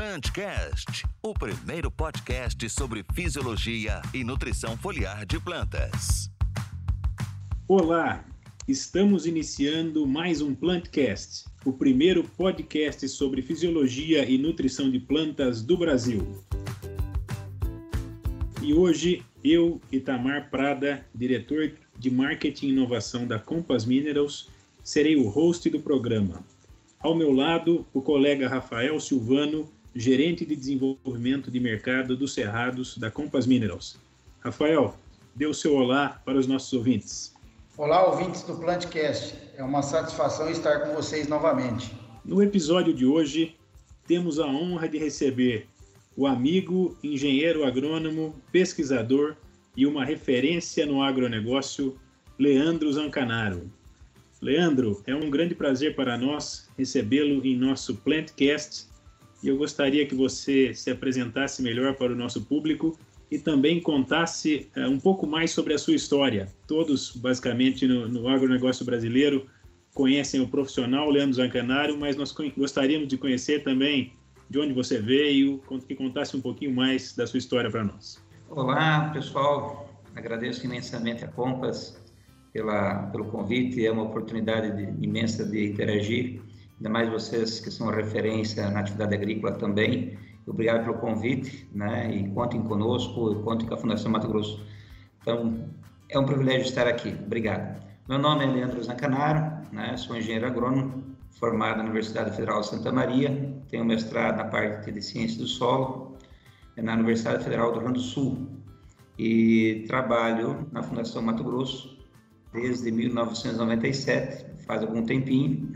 Plantcast, o primeiro podcast sobre fisiologia e nutrição foliar de plantas. Olá, estamos iniciando mais um Plantcast, o primeiro podcast sobre fisiologia e nutrição de plantas do Brasil. E hoje, eu, Itamar Prada, diretor de Marketing e Inovação da Compass Minerals, serei o host do programa. Ao meu lado, o colega Rafael Silvano, gerente de desenvolvimento de mercado dos Cerrados da Compass Minerals. Rafael, dê o seu olá para os nossos ouvintes. Olá, ouvintes do Plantcast. É uma satisfação estar com vocês novamente. No episódio de hoje, temos a honra de receber o amigo, engenheiro agrônomo, pesquisador e uma referência no agronegócio, Leandro Zancanaro. Leandro, é um grande prazer para nós recebê-lo em nosso Plantcast e eu gostaria que você se apresentasse melhor para o nosso público e também contasse um pouco mais sobre a sua história. Todos, basicamente, no agronegócio brasileiro conhecem o profissional Leandro Zancanaro, mas nós gostaríamos de conhecer também de onde você veio, que contasse um pouquinho mais da sua história para nós. Olá, pessoal. Agradeço imensamente a Compass pelo convite. É uma oportunidade imensa de interagir. Ainda mais vocês que são referência na atividade agrícola também. Obrigado pelo convite, né? E contem conosco, contem com a Fundação Mato Grosso. Então, é um privilégio estar aqui. Obrigado. Meu nome é Leandro Zancanaro, né? Sou engenheiro agrônomo, formado na Universidade Federal de Santa Maria. Tenho mestrado na parte de Ciência do Solo, na Universidade Federal do Rio Grande do Sul. E trabalho na Fundação Mato Grosso desde 1997, faz algum tempinho.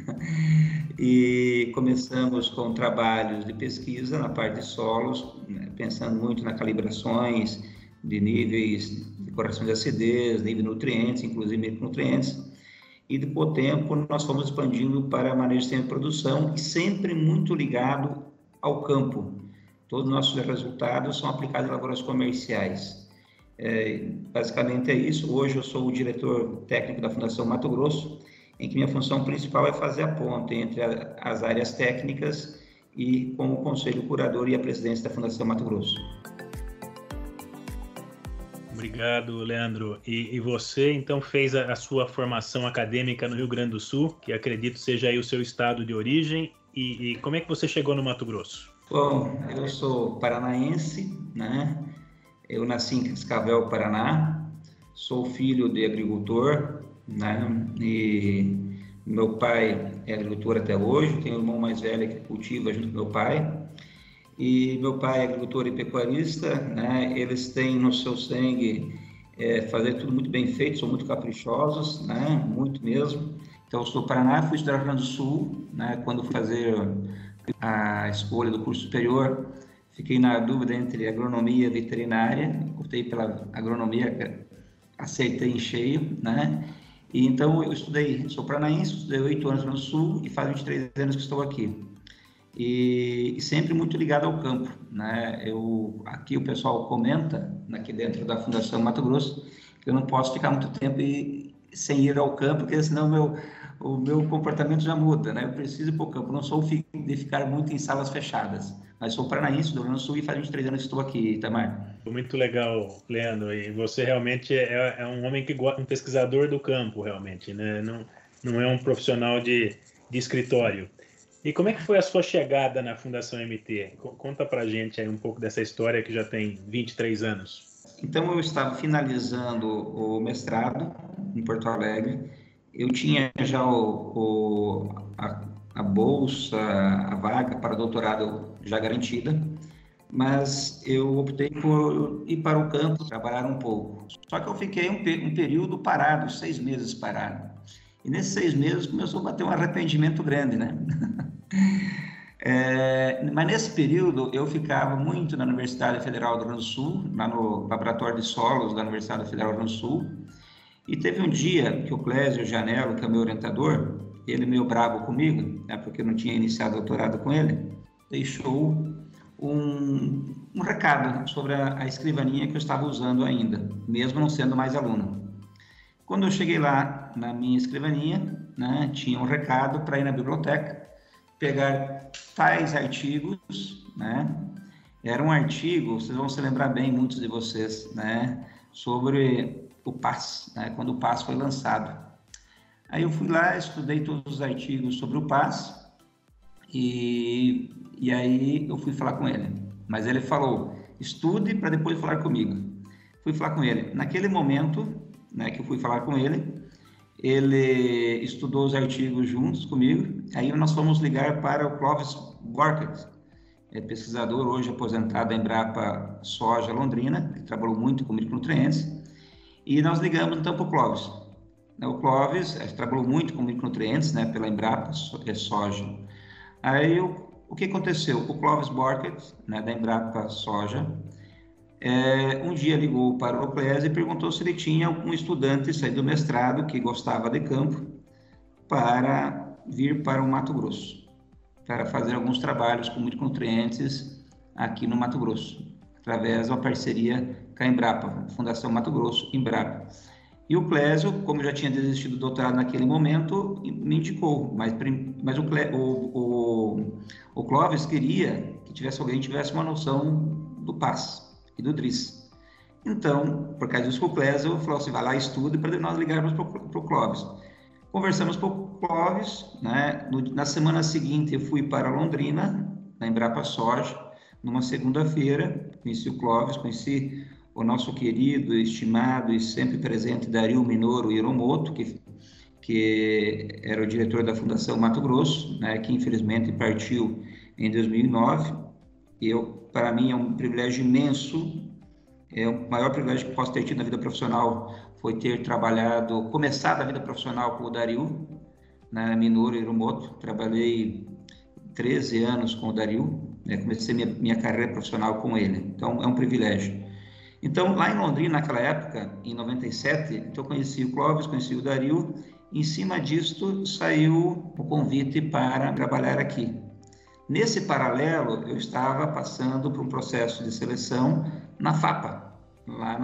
E começamos com trabalhos de pesquisa na parte de solos, né, pensando muito nas calibrações de níveis de correção de acidez, nível de nutrientes, inclusive micronutrientes. E, depois do tempo, nós fomos expandindo para manejo de sistema de produção e sempre muito ligado ao campo. Todos os nossos resultados são aplicados em laboratórios comerciais. Basicamente é isso. Hoje eu sou o diretor técnico da Fundação Mato Grosso, em que minha função principal é fazer a ponte entre as áreas técnicas e com o Conselho Curador e a presidência da Fundação Mato Grosso. Obrigado, Leandro. E você, então, fez a sua formação acadêmica no Rio Grande do Sul, que acredito seja aí o seu estado de origem. E como é que você chegou no Mato Grosso? Bom, eu sou paranaense, né? Eu nasci em Cascavel, Paraná. Sou filho de agricultor, né? E meu pai é agricultor até hoje. Tenho um irmão mais velho que cultiva junto com meu pai. E meu pai é agricultor e pecuarista, né? Eles têm no seu sangue fazer tudo muito bem feito, são muito caprichosos, né? Muito mesmo. Então, eu sou do Paraná, fui estudar no Rio Grande do Sul, né? Quando fui fazer a escolha do curso superior, fiquei na dúvida entre agronomia e veterinária, optei pela agronomia, acertei em cheio, né? E então eu estudei, sou paranaense, estudei 8 anos no Sul e faz 23 anos que estou aqui. E sempre muito ligado ao campo, né? Aqui o pessoal comenta, aqui dentro da Fundação Mato Grosso, que eu não posso ficar muito tempo sem ir ao campo, porque senão o meu comportamento já muda, né? Eu preciso ir para o campo, não sou de ficar muito em salas fechadas, mas sou paranaense do Rio Grande do Sul e faz 23 anos que estou aqui, Itamar. Muito legal, Leandro, e você realmente é um homem que gosta, um pesquisador do campo, realmente, né? Não é um profissional de escritório. E como é que foi a sua chegada na Fundação MT? Conta pra gente aí um pouco dessa história que já tem 23 anos. Então, eu estava finalizando o mestrado em Porto Alegre. Eu tinha já a bolsa, a vaga para doutorado já garantida, mas eu optei por ir para o campo, trabalhar um pouco. Só que eu fiquei um período parado, 6 meses parado. E nesses 6 meses começou a bater um arrependimento grande, né? Mas nesse período eu ficava muito na Universidade Federal do Rio Grande do Sul, lá no Laboratório de Solos da Universidade Federal do Rio Grande do Sul. E teve um dia que o Clésio Janello, que é meu orientador, ele meio bravo comigo, né, porque eu não tinha iniciado doutorado com ele, deixou um recado sobre a escrivaninha que eu estava usando ainda, mesmo não sendo mais aluno. Quando eu cheguei lá na minha escrivaninha, né, tinha um recado para ir na biblioteca, pegar tais artigos né? Era um artigo, vocês vão se lembrar bem, muitos de vocês, né? Sobre o PAS, né? Quando o PAS foi lançado. Aí eu fui lá, estudei todos os artigos sobre o PAS e aí eu fui falar com ele. Mas ele falou, estude para depois falar comigo. Fui falar com ele. Naquele momento, né, que eu fui falar com ele, ele estudou os artigos juntos comigo. Aí nós fomos ligar para o Clovis Borchert, pesquisador hoje aposentado da Embrapa Soja Londrina, que trabalhou muito com micronutrientes, e nós ligamos então para o Clovis. O Clovis trabalhou muito com micronutrientes, né, pela Embrapa Soja. Aí o que aconteceu? O Clovis Borchert, né, da Embrapa Soja, um dia ligou para o Clésio e perguntou se ele tinha algum estudante saído do mestrado que gostava de campo para vir para o Mato Grosso, para fazer alguns trabalhos com micronutrientes aqui no Mato Grosso, através de uma parceria com a Embrapa, Fundação Mato Grosso, Embrapa. E o Clésio, como já tinha desistido do doutorado naquele momento, me indicou, mas o Clóvis queria que alguém tivesse uma noção do PAS e do DRIS. Então, por causa disso, o Clésio falou assim, vai lá, estude, para nós ligarmos para o Clóvis. Conversamos com o Clóvis, né? Na semana seguinte eu fui para Londrina, na Embrapa Soja, numa segunda-feira, conheci o Clóvis, conheci o nosso querido, estimado e sempre presente Dario Minoru Hiromoto, que era o diretor da Fundação Mato Grosso, né? Que infelizmente partiu em 2009. Para mim é um privilégio imenso, é o maior privilégio que posso ter tido na vida profissional, foi ter começado a vida profissional com o Dario, na Minoru Hiromoto. Trabalhei 13 anos com o Dario, né? Comecei minha carreira profissional com ele, então é um privilégio. Então, lá em Londrina, naquela época, em 97, então eu conheci o Clóvis, conheci o Dario, e em cima disto saiu o convite para trabalhar aqui. Nesse paralelo, eu estava passando por um processo de seleção na FAPA, lá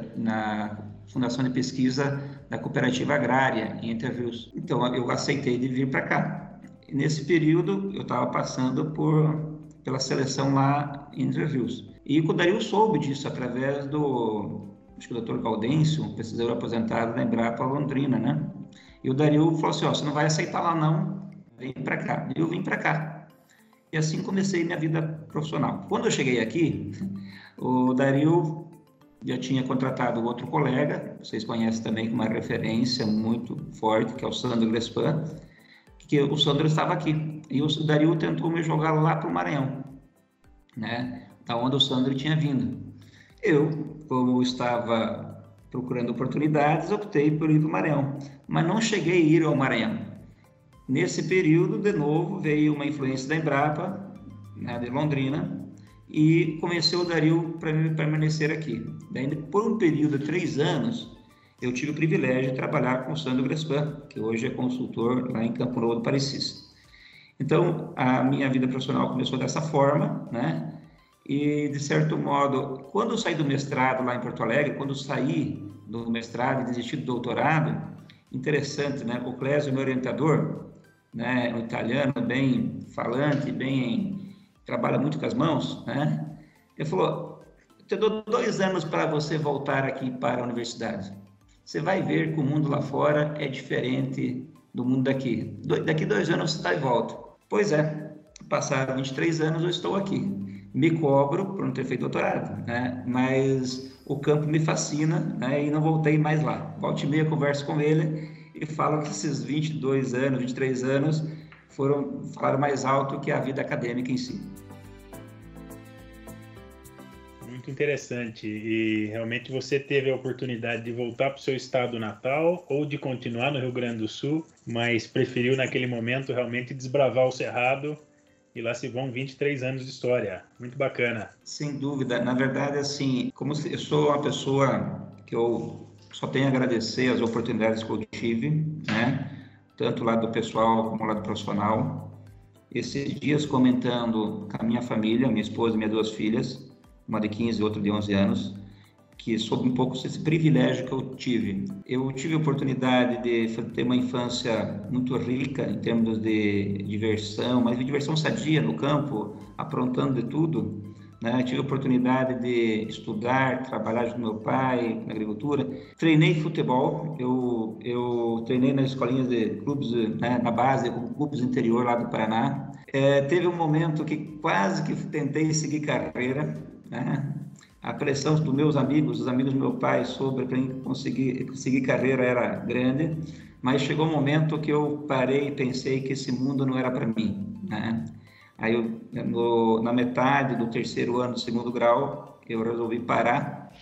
na Fundação de Pesquisa da Cooperativa Agrária, em Entre Rios. Então, eu aceitei de vir para cá. E nesse período, eu estava passando pela seleção lá em Entre Rios. E o Dario soube disso através acho que o Dr. Gaudêncio, um pesquisador aposentado da Embrapa Londrina, né? E o Dario falou assim, você não vai aceitar lá não, vem para cá. E eu vim para cá. E assim comecei minha vida profissional. Quando eu cheguei aqui, o Dario já tinha contratado outro colega, vocês conhecem também, com uma referência muito forte, que é o Sandro Grespan, que o Sandro estava aqui. E o Dario tentou me jogar lá para o Maranhão, né? Da onde o Sandro tinha vindo. Eu, como estava procurando oportunidades, optei por ir para o Maranhão, mas não cheguei a ir ao Maranhão. Nesse período, de novo, veio uma influência da Embrapa, né, de Londrina, e convenceu o Dario para permanecer aqui. Daí, por um período de 3 anos, eu tive o privilégio de trabalhar com o Sandro Grespan, que hoje é consultor lá em Campo Novo do Parecis. Então, a minha vida profissional começou dessa forma, né? E, de certo modo, quando eu saí do mestrado lá em Porto Alegre, quando eu saí do mestrado e desisti do doutorado, interessante, né? O Clésio, meu orientador, né? Um italiano bem falante, trabalha muito com as mãos, né? Ele falou, eu te dou 2 anos para você voltar aqui para a universidade. Você vai ver que o mundo lá fora é diferente do mundo daqui. Daqui 2 anos você está de volta. Pois é, passaram 23 anos, eu estou aqui. Me cobro por não ter feito doutorado, né? Mas o campo me fascina, né? E não voltei mais lá. Volta e meia converso com ele e falo que esses 22 anos, 23 anos falaram mais alto que a vida acadêmica em si. Muito interessante. E realmente você teve a oportunidade de voltar para o seu estado natal ou de continuar no Rio Grande do Sul, mas preferiu naquele momento realmente desbravar o Cerrado. E lá se vão 23 anos de história. Muito bacana. Sem dúvida. Na verdade, assim, como eu sou uma pessoa que eu só tenho a agradecer as oportunidades que eu tive, né? Tanto lado pessoal como lado profissional. Esses dias comentando com a minha família, minha esposa e minhas 2 filhas, uma de 15 e outra de 11 anos, que soube um pouco esse privilégio que eu tive. Eu tive a oportunidade de ter uma infância muito rica em termos de diversão, mas de diversão sadia no campo, aprontando de tudo, né? Tive a oportunidade de estudar, trabalhar junto com meu pai na agricultura. Treinei futebol, eu treinei nas escolinhas de clubes, né, na base, com clubes do interior lá do Paraná. Teve um momento que quase que tentei seguir carreira, né? A pressão dos meus amigos, dos amigos do meu pai, sobre para conseguir seguir carreira era grande, mas chegou um momento que eu parei e pensei que esse mundo não era para mim, né? Aí, na metade do terceiro ano do segundo grau, eu resolvi parar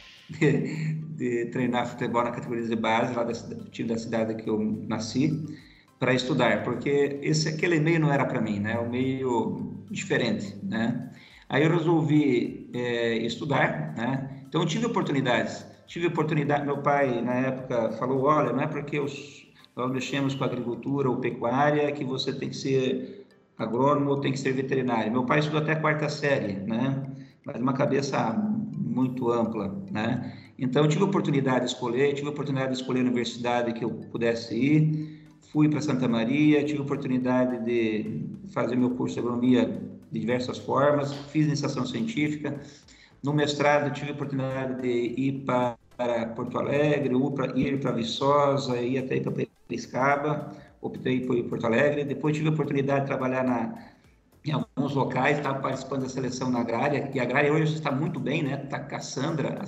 de treinar futebol na categoria de base, lá do time da cidade que eu nasci, para estudar, porque aquele meio não era para mim, né? Um meio diferente, né? Aí eu resolvi estudar, né? Então eu tive oportunidades. Meu pai, na época, falou, olha, não é porque nós mexemos com agricultura ou pecuária que você tem que ser agrônomo ou tem que ser veterinário. Meu pai estudou até a 4ª série, né? Mas uma cabeça muito ampla, né? Então eu tive a oportunidade de escolher a universidade que eu pudesse ir. Fui para Santa Maria, tive a oportunidade de fazer meu curso de agronomia de diversas formas, fiz iniciação científica. No mestrado, tive a oportunidade de ir para Porto Alegre, ir para Viçosa, ir até para Piracicaba, optei por ir para Porto Alegre. Depois tive a oportunidade de trabalhar em alguns locais, estava participando da seleção na agrária, e a agrária hoje está muito bem, né? Está com a Sandra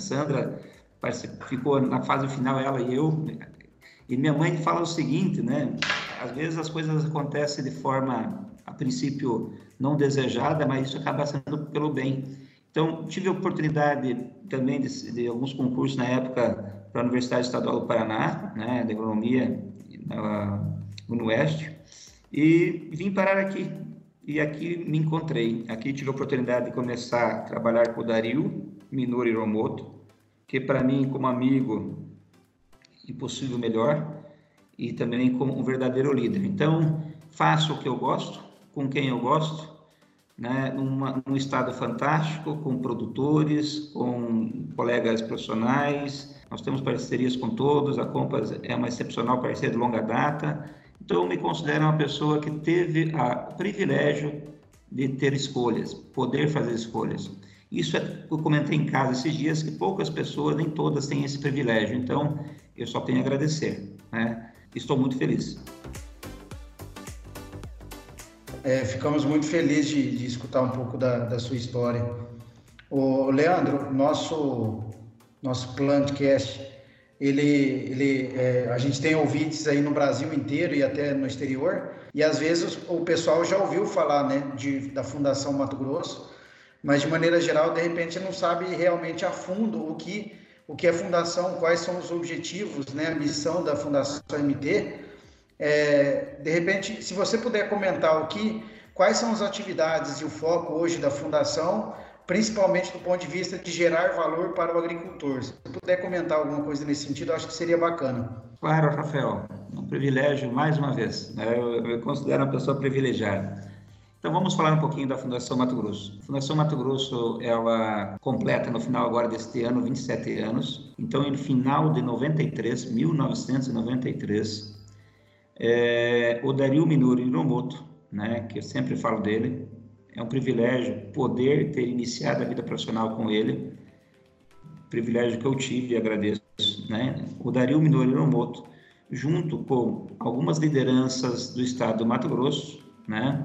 ficou na fase final, ela e eu. E minha mãe fala o seguinte, né? Às vezes as coisas acontecem de forma, a princípio, não desejada, mas isso acaba sendo pelo bem. Então, tive a oportunidade também de alguns concursos na época para a Universidade Estadual do Paraná, né, de agronomia, no Oeste, e vim parar aqui. E aqui me encontrei. Aqui tive a oportunidade de começar a trabalhar com o Dario Minori Hiromoto, que para mim, como amigo, impossível melhor, e também como um verdadeiro líder. Então, faço o que eu gosto, com quem eu gosto, né? Num estado fantástico, com produtores, com colegas profissionais. Nós temos parcerias com todos, a Compass é uma excepcional parceira de longa data. Então, eu me considero uma pessoa que teve o privilégio de ter escolhas, poder fazer escolhas. Isso eu comentei em casa esses dias, que poucas pessoas, nem todas, têm esse privilégio. Então, eu só tenho a agradecer, né? Estou muito feliz. Ficamos muito felizes de escutar um pouco da sua história. O Leandro, nosso Plantcast, a gente tem ouvintes aí no Brasil inteiro e até no exterior, e às vezes o pessoal já ouviu falar, né, da Fundação Mato Grosso, mas de maneira geral, de repente, não sabe realmente a fundo o que é a Fundação, quais são os objetivos, né, a missão da Fundação MT. De repente, se você puder comentar quais são as atividades e o foco hoje da Fundação, principalmente do ponto de vista de gerar valor para o agricultor. Se você puder comentar alguma coisa nesse sentido, eu acho que seria bacana. Claro, Rafael, um privilégio mais uma vez, né? Eu me considero uma pessoa privilegiada. Então vamos falar um pouquinho da Fundação Mato Grosso. A Fundação Mato Grosso, ela completa no final agora deste ano 27 anos. Então, no final de 1993, o Dario Minori Hiromoto, né, que eu sempre falo dele, é um privilégio poder ter iniciado a vida profissional com ele, privilégio que eu tive e agradeço, né? O Dario Minori Hiromoto, junto com algumas lideranças do estado do Mato Grosso, né,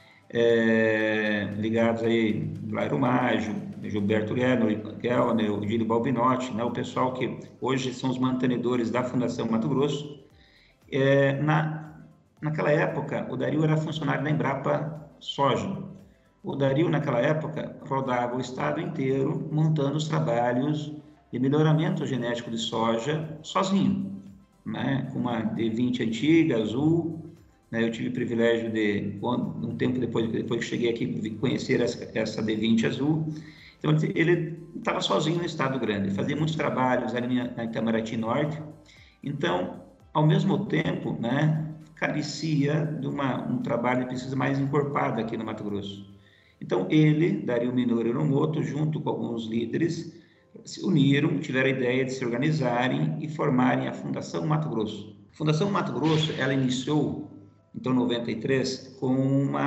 ligados aí, Blairo Maggio, Gilberto Gelner, o Gilio Balbinotti, né, o pessoal que hoje são os mantenedores da Fundação Mato Grosso. Naquela época, o Dario era funcionário da Embrapa Soja. O Dario, naquela época, rodava o estado inteiro montando os trabalhos de melhoramento genético de soja sozinho, né? Com uma D20 antiga, azul. Eu tive o privilégio de, um tempo depois que cheguei aqui, conhecer essa D20 azul. Então, ele estava sozinho no Estado Grande, fazia muitos trabalhos ali na Itamaraty Norte. Então, ao mesmo tempo, né, carecia de um trabalho de pesquisa mais encorpado aqui no Mato Grosso. Então, ele, Dario Minori Hiromoto, junto com alguns líderes, se uniram, tiveram a ideia de se organizarem e formarem a Fundação Mato Grosso. A Fundação Mato Grosso, ela iniciou, então, em 93, com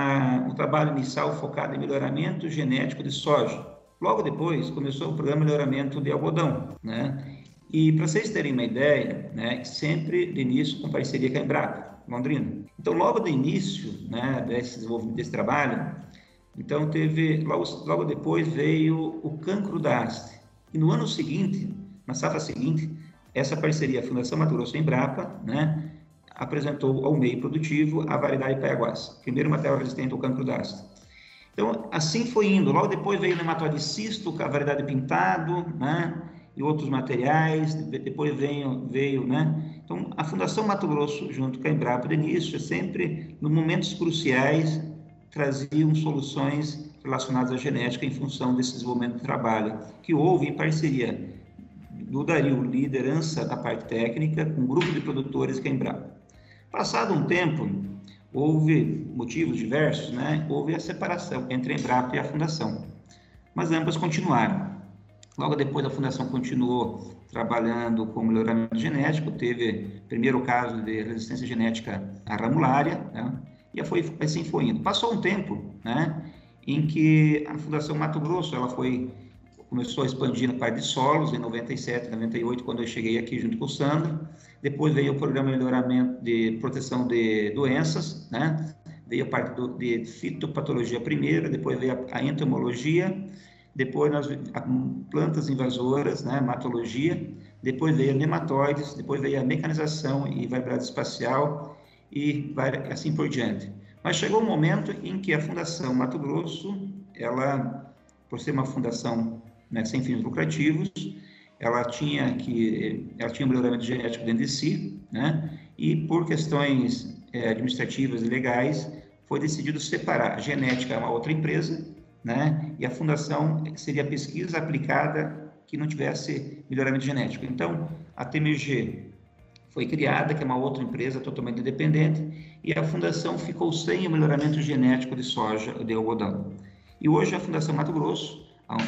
um trabalho inicial focado em melhoramento genético de soja. Logo depois, começou o programa de melhoramento de algodão, né? E, para vocês terem uma ideia, né, sempre de início com parceria com a Embrapa, Londrina. Então, logo do início, né, desse desenvolvimento desse trabalho, então logo depois veio o cancro da haste. E no ano seguinte, na safra seguinte, essa parceria, a Fundação Mato Grosso e Embrapa, né, apresentou ao meio produtivo a variedade Paiaguás, primeiro material resistente ao cancro da haste. Então, assim foi indo. Logo depois veio o nematóide cisto, a variedade pintado, né, e outros materiais. Depois veio, né. Então, a Fundação Mato Grosso, junto com a Embrapa, de início, sempre, nos momentos cruciais, traziam soluções relacionadas à genética em função desse desenvolvimento de trabalho, que houve em parceria do Dario, liderança da parte técnica, com um grupo de produtores que é a Embrapa. Passado um tempo, houve motivos diversos, né? Houve a separação entre a Embrapa e a Fundação, mas ambas continuaram. Logo depois, a Fundação continuou trabalhando com melhoramento genético, teve primeiro caso de resistência genética à ramulária, né? E assim foi indo. Passou um tempo, né, em que a Fundação Mato Grosso começou a expandir na parte de solos, em 97, 98, quando eu cheguei aqui junto com o Sandro. Depois veio o programa de melhoramento de proteção de doenças, né? Veio a parte de fitopatologia primeiro, depois veio a entomologia, depois plantas invasoras, né, hematologia, depois veio a nematóides, depois veio a mecanização e variedade espacial, e assim por diante. Mas chegou um momento em que a Fundação Mato Grosso, ela, por ser uma fundação, né, sem fins lucrativos, ela tinha um melhoramento genético dentro de si, né, e por questões administrativas e legais, foi decidido separar. A genética é uma outra empresa, né, e a fundação seria a pesquisa aplicada que não tivesse melhoramento genético. Então, a TMG foi criada, que é uma outra empresa totalmente independente, e a fundação ficou sem o melhoramento genético de soja e de algodão. E hoje a Fundação Mato Grosso,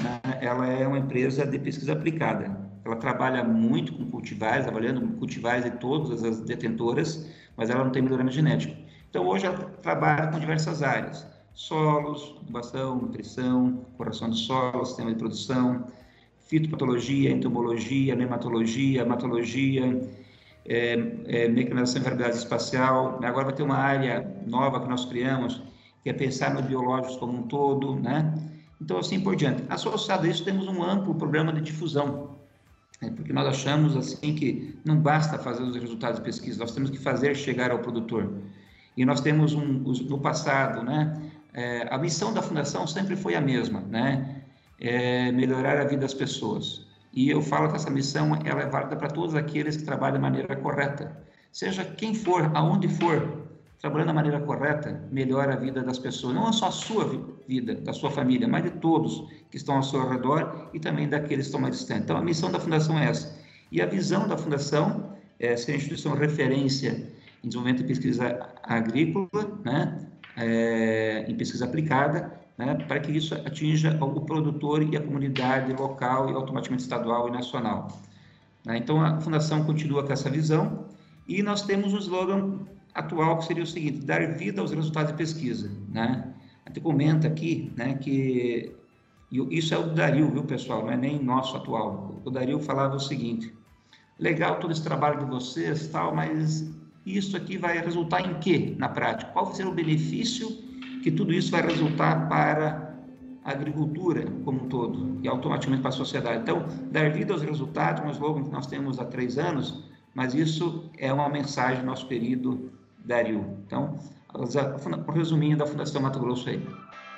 ela é uma empresa de pesquisa aplicada. Ela trabalha muito com cultivares, trabalhando com cultivares de todas as detentoras, mas ela não tem melhoramento genético. Então hoje ela trabalha com diversas áreas: solos, adubação, nutrição, correção de solo, sistema de produção, fitopatologia, entomologia, nematologia, hematologia, mecanização e variedade espacial. Agora vai ter uma área nova que nós criamos, que é pensar nos biológicos como um todo, né? Então, assim por diante. Associado a isso, temos um amplo programa de difusão, porque nós achamos assim que não basta fazer os resultados de pesquisa, nós temos que fazer chegar ao produtor. E nós temos no passado, né? A missão da Fundação sempre foi a mesma, né? Melhorar a vida das pessoas. E eu falo que essa missão ela é válida para todos aqueles que trabalham da maneira correta. Seja quem for, aonde for, trabalhando da maneira correta, melhora a vida das pessoas. Não é só a sua vida, da sua família, mas de todos que estão ao seu redor e também daqueles que estão mais distantes. Então, a missão da Fundação é essa. E a visão da Fundação é ser a instituição referência em desenvolvimento e pesquisa agrícola, né? Em pesquisa aplicada, né, para que isso atinja o produtor e a comunidade local e automaticamente estadual e nacional. Então, a Fundação continua com essa visão e nós temos um slogan atual que seria o seguinte: dar vida aos resultados de pesquisa, né? A gente comenta aqui, né, que isso é o do Dario, viu, pessoal? Não é nem nosso atual. O Dario falava o seguinte: legal todo esse trabalho de vocês, tal, mas isso aqui vai resultar em quê na prática? Qual vai ser o benefício que tudo isso vai resultar para a agricultura como um todo e automaticamente para a sociedade? Então, dar vida aos resultados, um slogan que nós temos há 3 anos, mas isso é uma mensagem do nosso querido Dario. Então, o resuminho da Fundação Mato Grosso aí.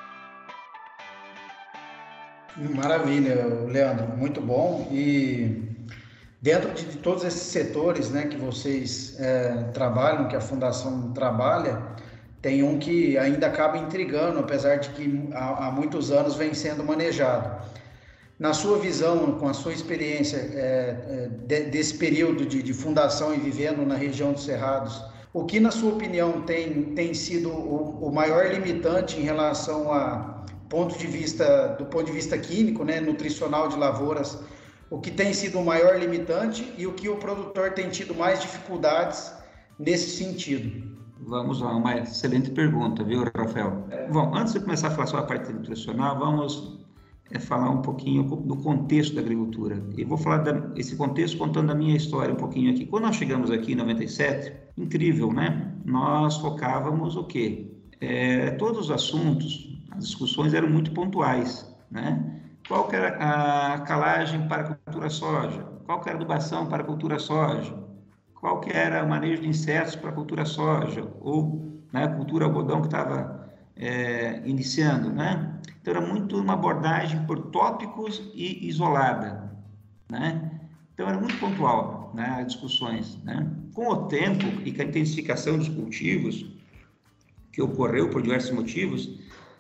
Maravilha, Leandro, muito bom. E dentro de todos esses setores, né, que vocês trabalham, que a Fundação trabalha, tem um que ainda acaba intrigando, apesar de que há muitos anos vem sendo manejado. Na sua visão, com a sua experiência desse período de fundação e vivendo na região dos Cerrados, o que, na sua opinião, tem sido o maior limitante em relação do ponto de vista químico, né, nutricional de lavouras? o que tem sido o maior limitante e o que o produtor tem tido mais dificuldades nesse sentido? Vamos lá, uma excelente pergunta, viu, Rafael? Bom, antes de começar a falar sobre a parte nutricional, vamos falar um pouquinho do contexto da agricultura. E vou falar desse contexto contando a minha história um pouquinho aqui. Quando nós chegamos aqui em 97, incrível, né? Nós focávamos o quê? Todos os assuntos, as discussões eram muito pontuais, né? Qual que era a calagem para a cultura soja? Qual que era a adubação para a cultura soja? Qual que era o manejo de insetos para a cultura soja? Ou, né, a cultura algodão que estava iniciando, né? Então, era muito uma abordagem por tópicos e isolada, né? Então, era muito pontual, né, as discussões, né? Com o tempo e com a intensificação dos cultivos, que ocorreu por diversos motivos,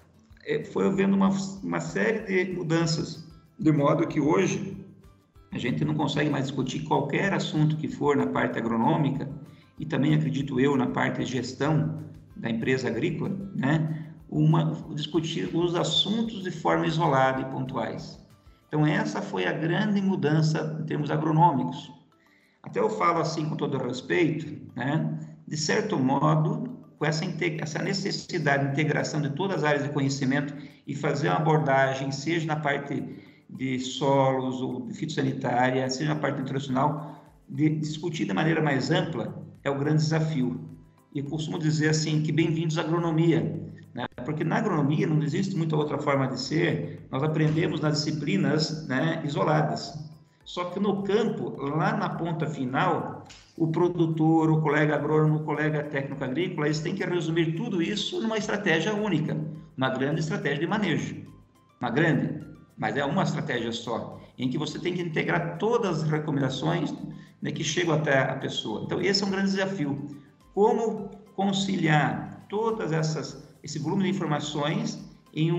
foi havendo uma série de mudanças, de modo que hoje a gente não consegue mais discutir qualquer assunto que for na parte agronômica e também, acredito eu, na parte de gestão da empresa agrícola, né? Discutir os assuntos de forma isolada e pontuais. Então, essa foi a grande mudança em termos agronômicos. Até eu falo assim com todo respeito, né? De certo modo, com essa necessidade de integração de todas as áreas de conhecimento e fazer uma abordagem, seja na parte de solos ou de fitossanitária, seja na parte nutricional, de discutir de maneira mais ampla, é o grande desafio. E eu costumo dizer assim, que bem-vindos à agronomia, né? Porque na agronomia não existe muita outra forma de ser, nós aprendemos nas disciplinas, né, isoladas. Só que no campo, lá na ponta final, o produtor, o colega agrônomo, o colega técnico agrícola, eles têm que resumir tudo isso numa estratégia única, uma grande estratégia de manejo. Uma grande, mas é uma estratégia só, em que você tem que integrar todas as recomendações, né, que chegam até a pessoa. Então, esse é um grande desafio. Como conciliar esse volume de informações em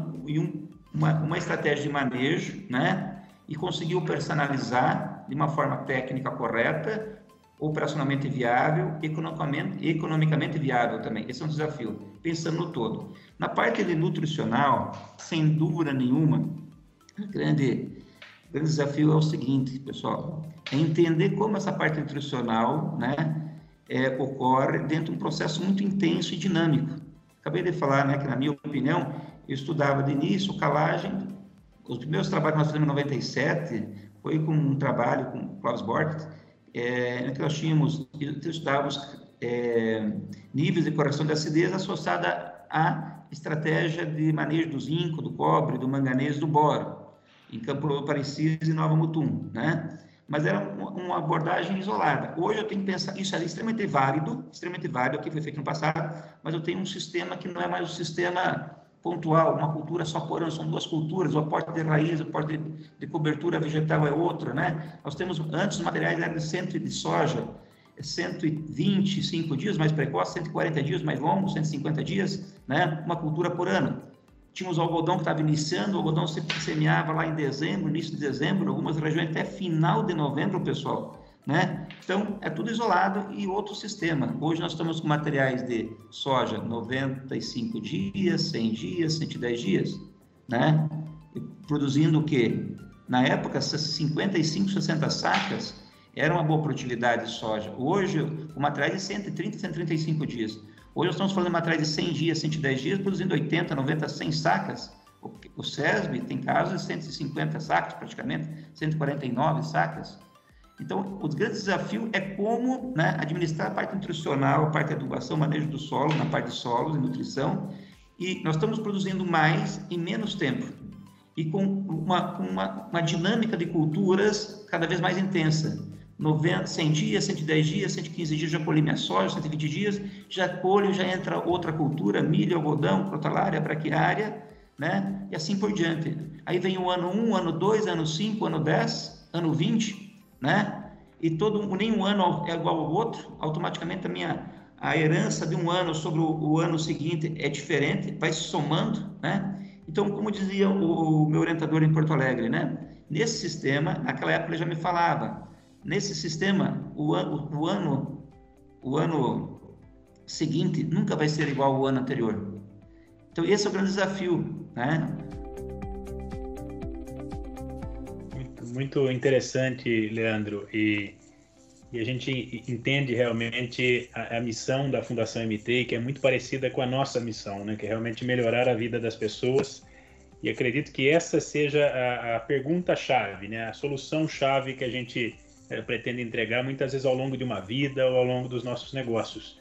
uma estratégia de manejo, né? E conseguir personalizar de uma forma técnica correta, operacionalmente viável, economicamente viável também. Esse é um desafio, pensando no todo. Na parte de nutricional, sem dúvida nenhuma, o grande desafio é o seguinte, pessoal, é entender como essa parte nutricional, né, ocorre dentro de um processo muito intenso e dinâmico. Acabei de falar, né, que, na minha opinião, eu estudava de início calagem. Os primeiros trabalhos que nós fizemos em 97 foi com um trabalho com o Klaus Bort, em que nós estudávamos níveis de correção de acidez associada à estratégia de manejo do zinco, do cobre, do manganês, do boro, em Campo Louco, Parecis e Nova Mutum, né? Mas era uma abordagem isolada. Hoje eu tenho que pensar, isso é extremamente válido, o que foi feito no passado, mas eu tenho um sistema que não é mais um sistema pontual, uma cultura só por ano, são duas culturas, o aporte de raiz, o aporte de cobertura vegetal é outro, né? Nós temos, antes, os materiais eram de soja, 125 dias mais precoce, 140 dias mais longo, 150 dias, né? Uma cultura por ano. Tínhamos o algodão que estava iniciando, o algodão se semeava lá em dezembro, início de dezembro, algumas regiões até final de novembro, pessoal, né? Então, é tudo isolado e outro sistema. Hoje nós estamos com materiais de soja 95 dias, 100 dias, 110 dias, né? E produzindo o quê? Na época, 55, 60 sacas era uma boa produtividade de soja. Hoje, o material é de 130, 135 dias. Hoje nós estamos falando de materiais de 100 dias, 110 dias, produzindo 80, 90, 100 sacas. O SESB tem casos de 150 sacas, praticamente, 149 sacas. Então, o grande desafio é como, né, administrar a parte nutricional, a parte de adubação, manejo do solo, na parte de solos e nutrição, e nós estamos produzindo mais em menos tempo, e com uma dinâmica de culturas cada vez mais intensa. 100 dias, 110 dias, 115 dias já colhi minha soja, 120 dias, já colho, já entra outra cultura, milho, algodão, crotalária, braquiária, né, e assim por diante. Aí vem o ano 1, ano 2, ano 5, ano 10, ano 20, né? E nenhum ano é igual ao outro, automaticamente a herança de um ano sobre o ano seguinte é diferente, vai se somando, né? Então, como dizia o meu orientador em Porto Alegre, né? Nesse sistema, naquela época ele já me falava, nesse sistema, o ano seguinte nunca vai ser igual ao ano anterior. Então, esse é o grande desafio, né? muito interessante, Leandro, e a gente entende realmente a missão da Fundação MT, que é muito parecida com a nossa missão, né? Que é realmente melhorar a vida das pessoas, e acredito que essa seja a pergunta-chave, né? A solução-chave que a gente pretende entregar muitas vezes ao longo de uma vida ou ao longo dos nossos negócios.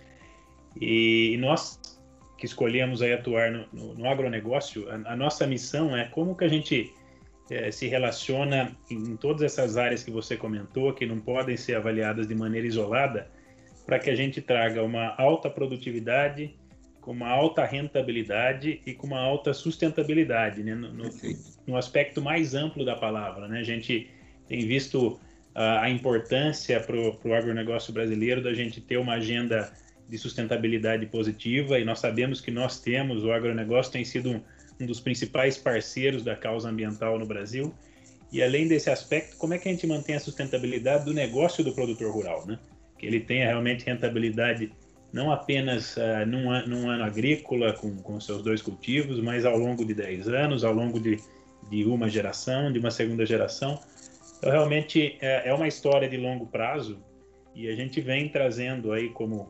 E nós que escolhemos aí atuar no agronegócio, a nossa missão é como que a gente se relaciona em todas essas áreas que você comentou, que não podem ser avaliadas de maneira isolada, para que a gente traga uma alta produtividade, com uma alta rentabilidade e com uma alta sustentabilidade, né? No aspecto mais amplo da palavra, né? A gente tem visto a importância para o agronegócio brasileiro da gente ter uma agenda de sustentabilidade positiva, e nós sabemos que nós temos, o agronegócio tem sido um dos principais parceiros da causa ambiental no Brasil, e além desse aspecto, como é que a gente mantém a sustentabilidade do negócio do produtor rural, né? Que ele tenha realmente rentabilidade não apenas num ano agrícola com seus 2 cultivos, mas ao longo de 10 anos, ao longo de uma geração, de uma segunda geração. Então, realmente, é uma história de longo prazo, e a gente vem trazendo aí como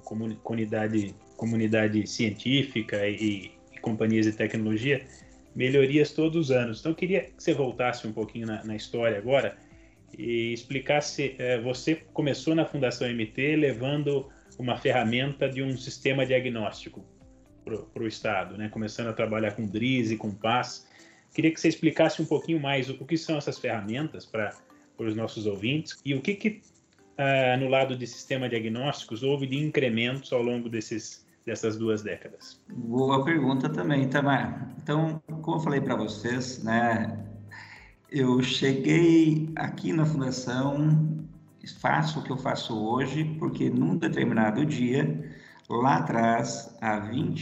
comunidade científica e companhias de tecnologia, melhorias todos os anos. Então, eu queria que você voltasse um pouquinho na história agora e explicasse, você começou na Fundação MT levando uma ferramenta de um sistema diagnóstico para o Estado, né? Começando a trabalhar com DRIS e com PAS. Queria que você explicasse um pouquinho mais o que são essas ferramentas para os nossos ouvintes e o que no lado de sistema diagnósticos houve de incrementos ao longo dessas 2 décadas. Boa pergunta também, Tamar. Então, como eu falei para vocês, né, eu cheguei aqui na Fundação, faço o que eu faço hoje, porque num determinado dia, lá atrás, há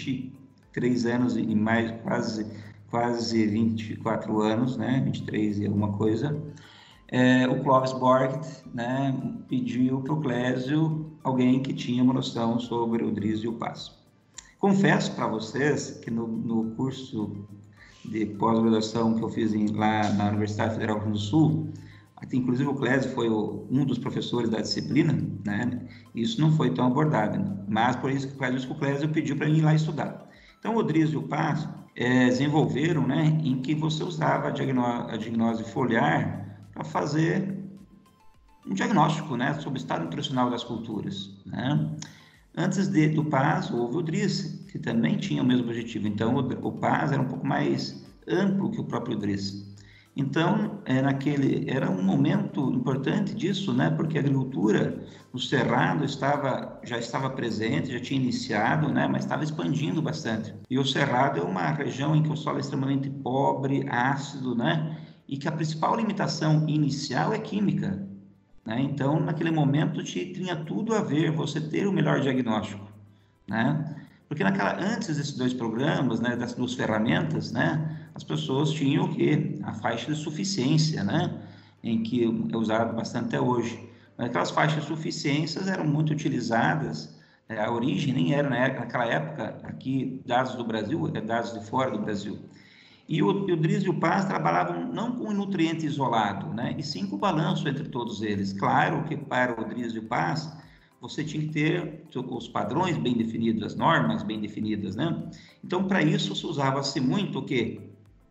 23 anos e mais, quase 24 anos, né, 23 e alguma coisa, o Clóvis Borgt, né, pediu para o Clésio alguém que tinha uma noção sobre o DRIS e o PAS. Confesso para vocês que no curso de pós-graduação que eu fiz lá na Universidade Federal do Rio Grande do Sul, inclusive o Clésio foi um dos professores da disciplina, né? Isso não foi tão abordado, né? Mas por isso que o Clésio pediu para mim ir lá estudar. Então, o DRIS e o PAS desenvolveram, né, em que você usava a diagnose foliar para fazer um diagnóstico, né, sobre o estado nutricional das culturas, né? Antes do PAS, houve o DRIS, que também tinha o mesmo objetivo. Então, o PAS era um pouco mais amplo que o próprio DRIS. Então, era um momento importante disso, né, porque a agricultura no Cerrado já estava presente, já tinha iniciado, né, mas estava expandindo bastante. E o Cerrado é uma região em que o solo é extremamente pobre, ácido, né, e que a principal limitação inicial é química, né? Então, naquele momento, tinha tudo a ver você ter o melhor diagnóstico, né? Porque antes desses 2 programas, né, das 2 ferramentas, né, as pessoas tinham o quê? A faixa de suficiência, né, em que é usado bastante até hoje. Mas aquelas faixas de suficiências eram muito utilizadas, a origem nem era, naquela época, aqui, dados do Brasil, dados de fora do Brasil. E o DRIS e o PAS trabalhavam não com o nutriente isolado, né, e sim com o balanço entre todos eles. Claro que para o DRIS e o PAS, você tinha que ter os padrões bem definidos, as normas bem definidas, né? Então, para isso, se usava-se muito o quê?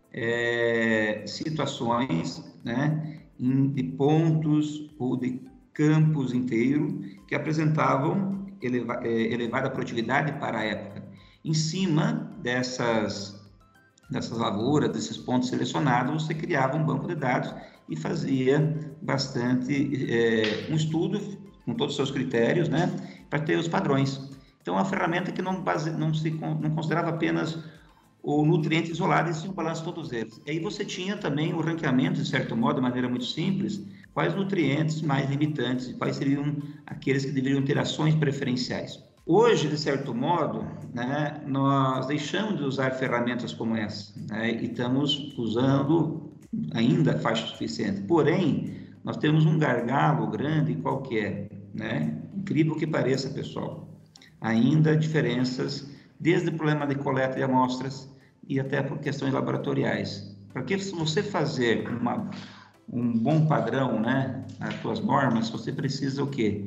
Situações, né, de pontos ou de campos inteiros que apresentavam elevada produtividade para a época. Em cima dessas lavouras, desses pontos selecionados, você criava um banco de dados e fazia bastante um estudo com todos os seus critérios, né, para ter os padrões. Então, é uma ferramenta que não considerava apenas o nutriente isolado, e sim o balanço de todos eles. E aí você tinha também o ranqueamento, de certo modo, de maneira muito simples, quais nutrientes mais limitantes e quais seriam aqueles que deveriam ter ações preferenciais. Hoje, de certo modo, né, nós deixamos de usar ferramentas como essa, né, e estamos usando ainda a faixa suficiente. Porém, nós temos um gargalo grande, qual que é, né? Incrível que pareça, pessoal. Ainda diferenças, desde o problema de coleta de amostras e até por questões laboratoriais. Porque se você fazer um bom padrão, né, as tuas normas, você precisa o quê?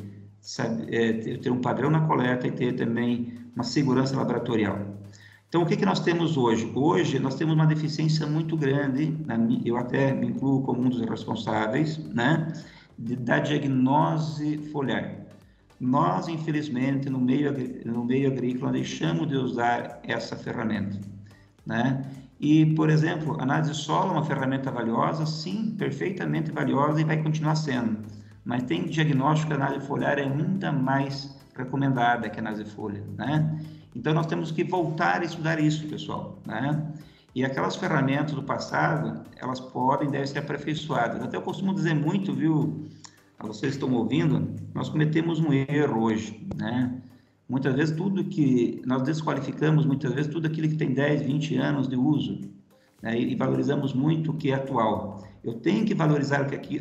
Ter um padrão na coleta e ter também uma segurança laboratorial. Então, o que nós temos hoje? Hoje, nós temos uma deficiência muito grande, eu até me incluo como um dos responsáveis, né, da diagnose foliar. Nós, infelizmente, no meio agrícola, deixamos de usar essa ferramenta, né? E, por exemplo, a análise de solo é uma ferramenta valiosa, sim, perfeitamente valiosa e vai continuar sendo. Mas tem diagnóstico que a análise foliar é ainda mais recomendada que a análise folha, né? Então, nós temos que voltar a estudar isso, pessoal, né? E aquelas ferramentas do passado, elas devem ser aperfeiçoadas. Até eu costumo dizer muito, viu, a vocês que estão ouvindo, nós cometemos um erro hoje, né? Muitas vezes nós desqualificamos, muitas vezes tudo aquilo que tem 10, 20 anos de uso, né? E valorizamos muito o que é atual. Eu tenho que valorizar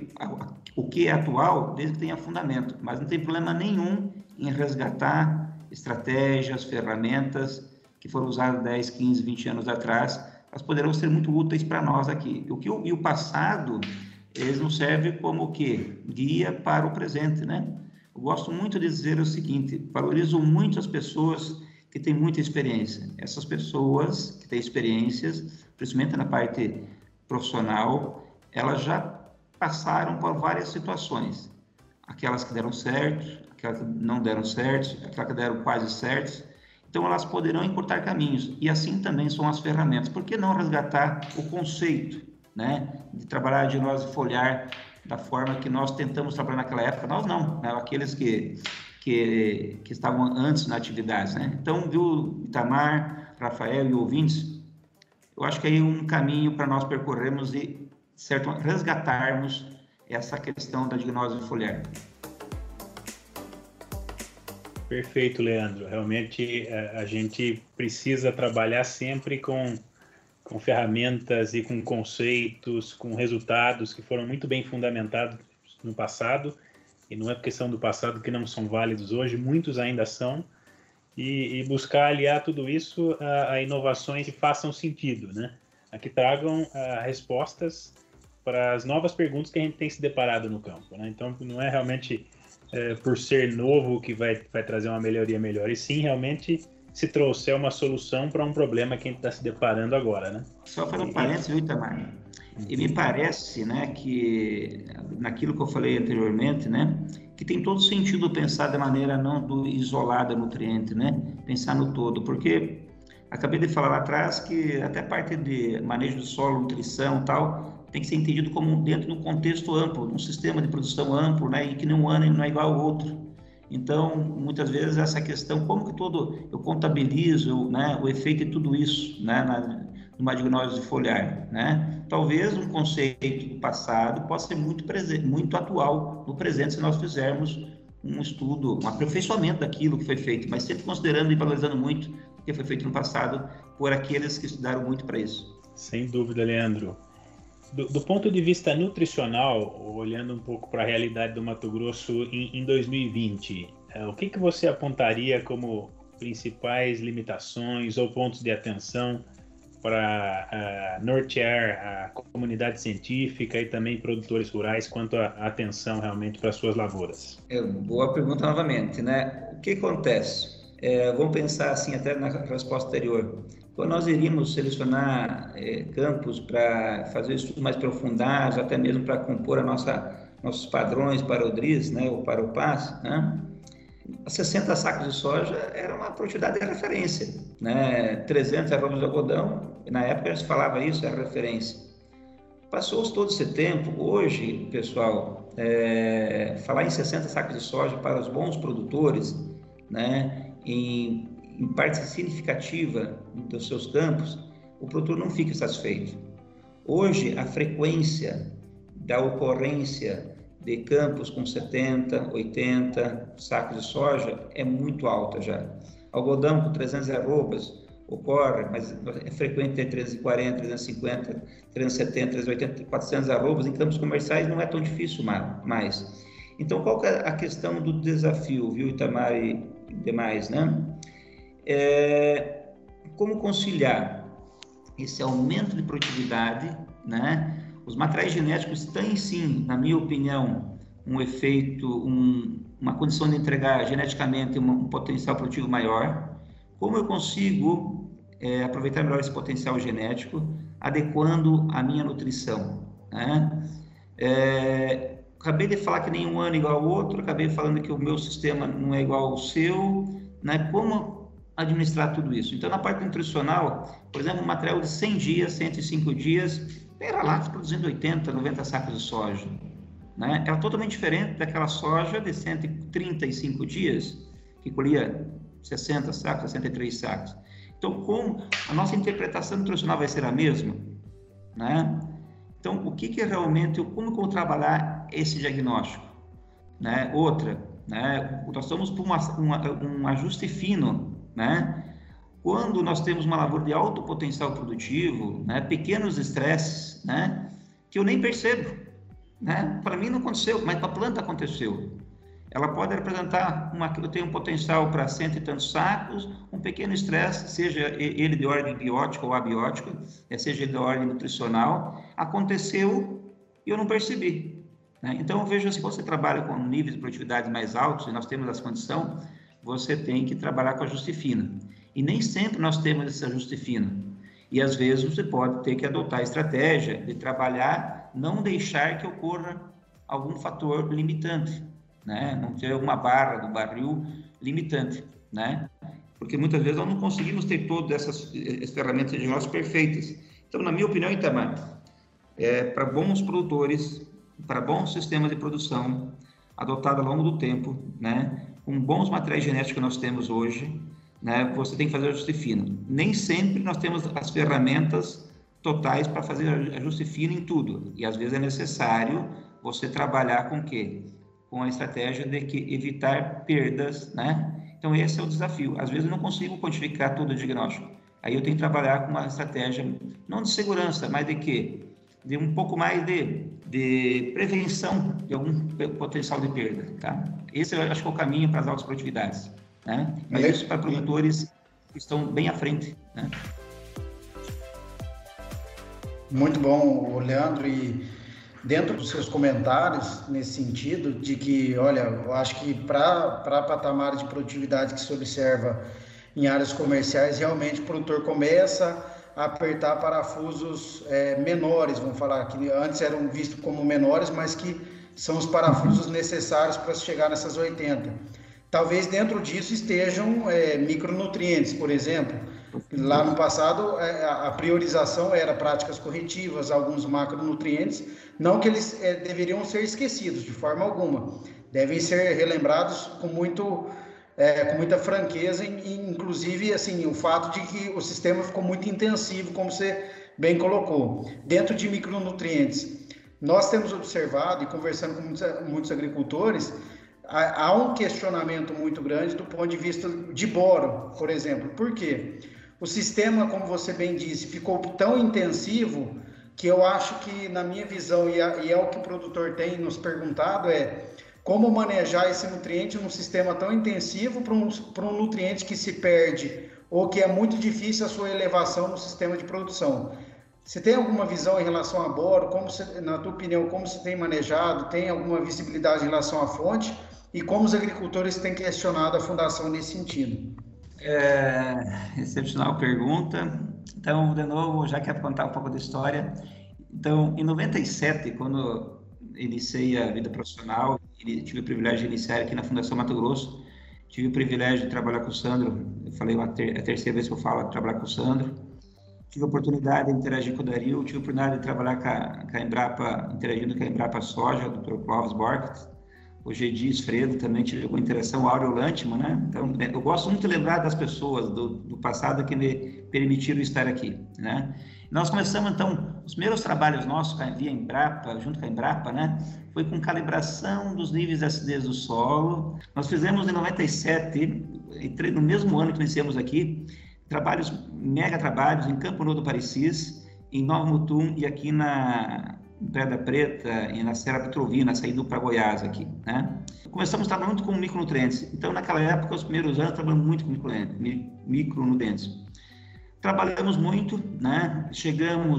o que é atual, desde que tenha fundamento, mas não tem problema nenhum em resgatar estratégias, ferramentas que foram usadas 10, 15, 20 anos atrás, elas poderão ser muito úteis para nós aqui. E o passado, eles nos servem como o quê? Guia para o presente, né? Eu gosto muito de dizer o seguinte, valorizo muito as pessoas que têm muita experiência. Essas pessoas que têm experiências, principalmente na parte profissional, elas já passaram por várias situações. Aquelas que deram certo, aquelas que não deram certo, aquelas que deram quase certo. Então, elas poderão encurtar caminhos. E assim também são as ferramentas. Por que não resgatar o conceito, né, de trabalhar a diagnose foliar da forma que nós tentamos trabalhar naquela época? Nós não, né? Aqueles que estavam antes na atividade, né? Então, viu, Itamar, Rafael e ouvintes, eu acho que aí um caminho para nós percorrermos e, certo, resgatarmos essa questão da diagnose foliar. Perfeito, Leandro. Realmente a gente precisa trabalhar sempre com ferramentas e com conceitos, com resultados que foram muito bem fundamentados no passado, e não é porque são do passado que não são válidos hoje, muitos ainda são, e buscar aliar tudo isso a inovações que façam sentido, né? A que tragam respostas para as novas perguntas que a gente tem se deparado no campo, né? Então, não é realmente por ser novo que vai trazer uma melhoria melhor, e sim realmente se trouxer uma solução para um problema que a gente está se deparando agora, né? Só fazer um parênteses, viu, Itamar? E me parece, né, que naquilo que eu falei anteriormente, né, que tem todo sentido pensar de maneira não isolada nutriente, né? Pensar no todo, porque acabei de falar lá atrás que até a parte de manejo do solo, nutrição e tal, tem que ser entendido como dentro de um contexto amplo, um sistema de produção amplo, né, e que nenhum ano não é igual ao outro. Então, muitas vezes essa questão, como que eu contabilizo, né, o efeito de tudo isso, né, numa diagnose foliar, né? Talvez um conceito do passado possa ser muito atual no presente se nós fizermos um estudo, um aperfeiçoamento daquilo que foi feito, mas sempre considerando e valorizando muito o que foi feito no passado por aqueles que estudaram muito para isso. Sem dúvida, Leandro. Do ponto de vista nutricional, olhando um pouco para a realidade do Mato Grosso em 2020, o que você apontaria como principais limitações ou pontos de atenção para nortear a comunidade científica e também produtores rurais quanto à atenção realmente para as suas lavouras? Boa pergunta novamente, né? O que acontece? Vamos pensar assim até na resposta anterior. Quando nós iríamos selecionar campos para fazer estudos mais aprofundados, até mesmo para compor nossos padrões para o DRIS, né, ou para o PAS, né, 60 sacos de soja era uma produtividade de referência, né, 300 arrobas de algodão, na época a gente falava isso, era referência. Passou-se todo esse tempo, hoje, pessoal, falar em 60 sacos de soja para os bons produtores, né, em parte significativa dos seus campos, o produtor não fica satisfeito. Hoje, a frequência da ocorrência de campos com 70, 80 sacos de soja é muito alta já. Algodão com 300 arrobas ocorre, mas é frequente ter 340, 350, 370, 380, 400 arrobas. Em campos comerciais não é tão difícil mais. Então, qual que é a questão do desafio, viu, Itamar e demais, né? Como conciliar esse aumento de produtividade, né, Os materiais genéticos têm sim, na minha opinião, um efeito, uma condição de entregar geneticamente um potencial produtivo maior. Como eu consigo aproveitar melhor esse potencial genético, adequando a minha nutrição, né? Acabei de falar que nenhum ano é igual ao outro, acabei falando que o meu sistema não é igual ao seu, né? Como administrar tudo isso? Então, na parte nutricional, por exemplo, um material de 100 dias, 105 dias, era lá produzindo 80, 90 sacos de soja, né? Era totalmente diferente daquela soja de 135 dias, que colhia 60 sacos, 63 sacos. Então, como a nossa interpretação nutricional vai ser a mesma, né? Então, o que realmente, como que eu vou trabalhar esse diagnóstico, né? Outra, né? Nós estamos por um ajuste fino, né? Quando nós temos uma lavoura de alto potencial produtivo, né? Pequenos estresses, né? Que eu nem percebo, né? Para mim não aconteceu, mas para a planta aconteceu. Ela pode representar eu tenho um potencial para 100 e tantos sacos, um pequeno estresse, seja ele de ordem biótica ou abiótica, seja ele de ordem nutricional, aconteceu e eu não percebi, né? Então eu vejo assim, quando você trabalha com níveis de produtividade mais altos, e nós temos essa condição, você tem que trabalhar com ajuste fino. E nem sempre nós temos esse ajuste fino. E às vezes você pode ter que adotar a estratégia de trabalhar, não deixar que ocorra algum fator limitante, né? Não ter uma barra do barril limitante, né? Porque muitas vezes nós não conseguimos ter todas essas ferramentas de diagnóstico perfeitas. Então, na minha opinião, Itamar, para bons produtores, para bons sistemas de produção, adotado ao longo do tempo, né? Com bons materiais genéticos que nós temos hoje, né? Você tem que fazer ajuste fino. Nem sempre nós temos as ferramentas totais para fazer ajuste fino em tudo. E às vezes é necessário você trabalhar com o quê? Com a estratégia de evitar perdas, né? Então, esse é o desafio. Às vezes, eu não consigo quantificar todo o diagnóstico. Aí, eu tenho que trabalhar com uma estratégia, não de segurança, mas de quê? De um pouco mais de prevenção de algum potencial de perda, tá? Esse, eu acho que é o caminho para as altas produtividades, né? Mas isso para produtores que estão bem à frente, né? Muito bom, Leandro, e dentro dos seus comentários, nesse sentido, de que, olha, eu acho que para patamares de produtividade que se observa em áreas comerciais, realmente o produtor começa a apertar parafusos menores, vamos falar, que antes eram vistos como menores, mas que são os parafusos necessários para chegar nessas 80. Talvez dentro disso estejam micronutrientes, por exemplo. Lá no passado, a priorização era práticas corretivas, alguns macronutrientes, não que eles deveriam ser esquecidos de forma alguma, devem ser relembrados com muita franqueza, inclusive assim, o fato de que o sistema ficou muito intensivo, como você bem colocou. Dentro de micronutrientes, nós temos observado e conversando com muitos agricultores, há um questionamento muito grande do ponto de vista de boro, por exemplo. Por quê? O sistema, como você bem disse, ficou tão intensivo que eu acho que, na minha visão, e é o que o produtor tem nos perguntado, como manejar esse nutriente num sistema tão intensivo para um nutriente que se perde ou que é muito difícil a sua elevação no sistema de produção. Você tem alguma visão em relação a boro? Na tua opinião, como você tem manejado? Tem alguma visibilidade em relação à fonte? E como os agricultores têm questionado a fundação nesse sentido? Excepcional pergunta. Então, de novo, já quero contar um pouco da história. Então, em 97, quando iniciei a vida profissional, tive o privilégio de iniciar aqui na Fundação Mato Grosso, tive o privilégio de trabalhar com o Sandro, eu falei a terceira vez que eu falo de trabalhar com o Sandro, tive a oportunidade de interagir com o Dario, tive a oportunidade de trabalhar com a Embrapa, interagindo com a Embrapa Soja, o Dr. Clóvis Borges, o Gedis Fredo também tive alguma interação, o Áureo Lantimo, né? Então, eu gosto muito de lembrar das pessoas do passado que me permitiram estar aqui, né? Nós começamos, então, os primeiros trabalhos nossos via Embrapa, junto com a Embrapa, né? Foi com calibração dos níveis de acidez do solo. Nós fizemos em 97, no mesmo ano que iniciamos aqui, mega trabalhos em Campo Novo do Parecis, em Nova Mutum e aqui na Pedra Preta e na Serra Petrovina, saindo para Goiás aqui, né? Começamos trabalhando muito com micronutrientes. Então, naquela época, os primeiros anos, trabalhamos muito com micronutrientes. Trabalhamos muito, né? Chegamos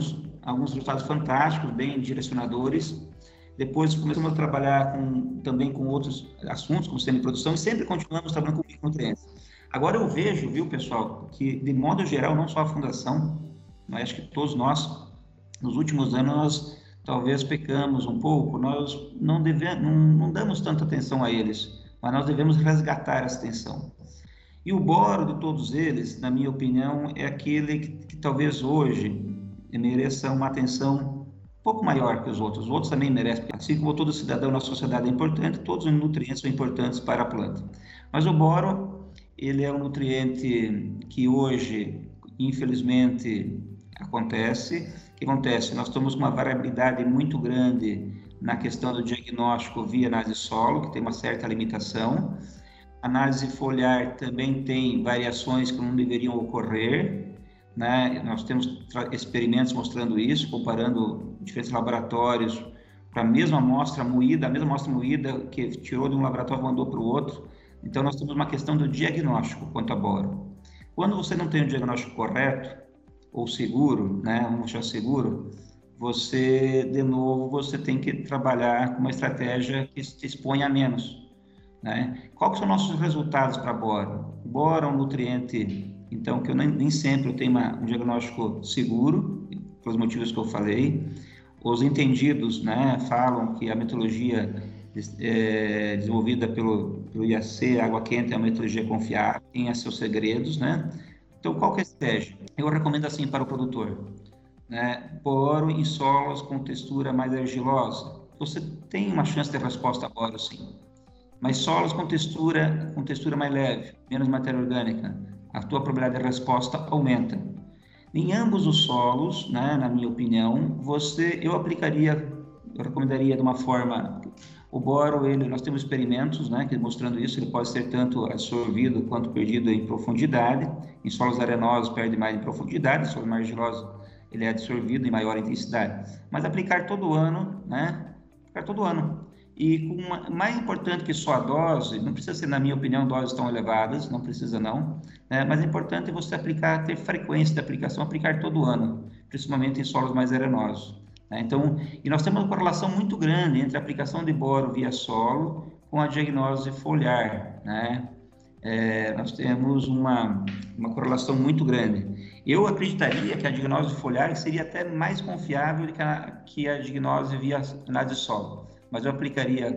alguns resultados fantásticos, bem direcionadores. Depois começamos a trabalhar também com outros assuntos, como sistema de produção, e sempre continuamos trabalhando com micronutrientes. Agora eu vejo, viu, pessoal, que de modo geral, não só a Fundação, mas acho que todos nós, nos últimos anos, nós talvez pecamos um pouco, nós não damos tanta atenção a eles, mas nós devemos resgatar essa atenção. E o boro de todos eles, na minha opinião, é aquele que talvez hoje mereça uma atenção um pouco maior que os outros também merecem, assim como todo cidadão na sociedade é importante, todos os nutrientes são importantes para a planta. Mas o boro, ele é um nutriente que hoje, infelizmente, acontece. O que acontece? Nós estamos com uma variabilidade muito grande na questão do diagnóstico via análise solo, que tem uma certa limitação. A análise foliar também tem variações que não deveriam ocorrer, né? Nós temos experimentos mostrando isso, comparando diferentes laboratórios para a mesma amostra moída, que tirou de um laboratório e mandou para o outro. Então, nós temos uma questão do diagnóstico quanto a boro. Quando você não tem um diagnóstico correto, ou seguro, né, vamos chamar seguro, você tem que trabalhar com uma estratégia que te exponha a menos, né? Quais são nossos resultados para boro? O boro é um nutriente, então, que eu nem sempre eu tenho um diagnóstico seguro, pelos motivos que eu falei. Os entendidos, né, falam que a metodologia desenvolvida pelo IAC, água quente, é uma metodologia confiável, tem seus segredos, né? Então, qual que é a estratégia? Eu recomendo assim para o produtor, né? Boro em solos com textura mais argilosa. Você tem uma chance de resposta a boro, sim. Mas solos com textura mais leve, menos matéria orgânica, a tua probabilidade de resposta aumenta. Em ambos os solos, né, na minha opinião, eu recomendaria de uma forma. O boro, nós temos experimentos, né, mostrando isso, ele pode ser tanto absorvido quanto perdido em profundidade. Em solos arenosos perde mais em profundidade, em solos mais argilosos ele é absorvido em maior intensidade. Mas aplicar todo ano, né? Aplicar todo ano. E mais importante que só a dose, não precisa ser, na minha opinião, doses tão elevadas, não precisa não, né? Mas é importante você ter frequência de aplicação, aplicar todo ano, principalmente em solos mais arenosos. Então, e nós temos uma correlação muito grande entre a aplicação de boro via solo com a diagnose foliar, né? Nós temos uma correlação muito grande. Eu acreditaria que a diagnose foliar seria até mais confiável que a diagnose via análise solo, mas eu aplicaria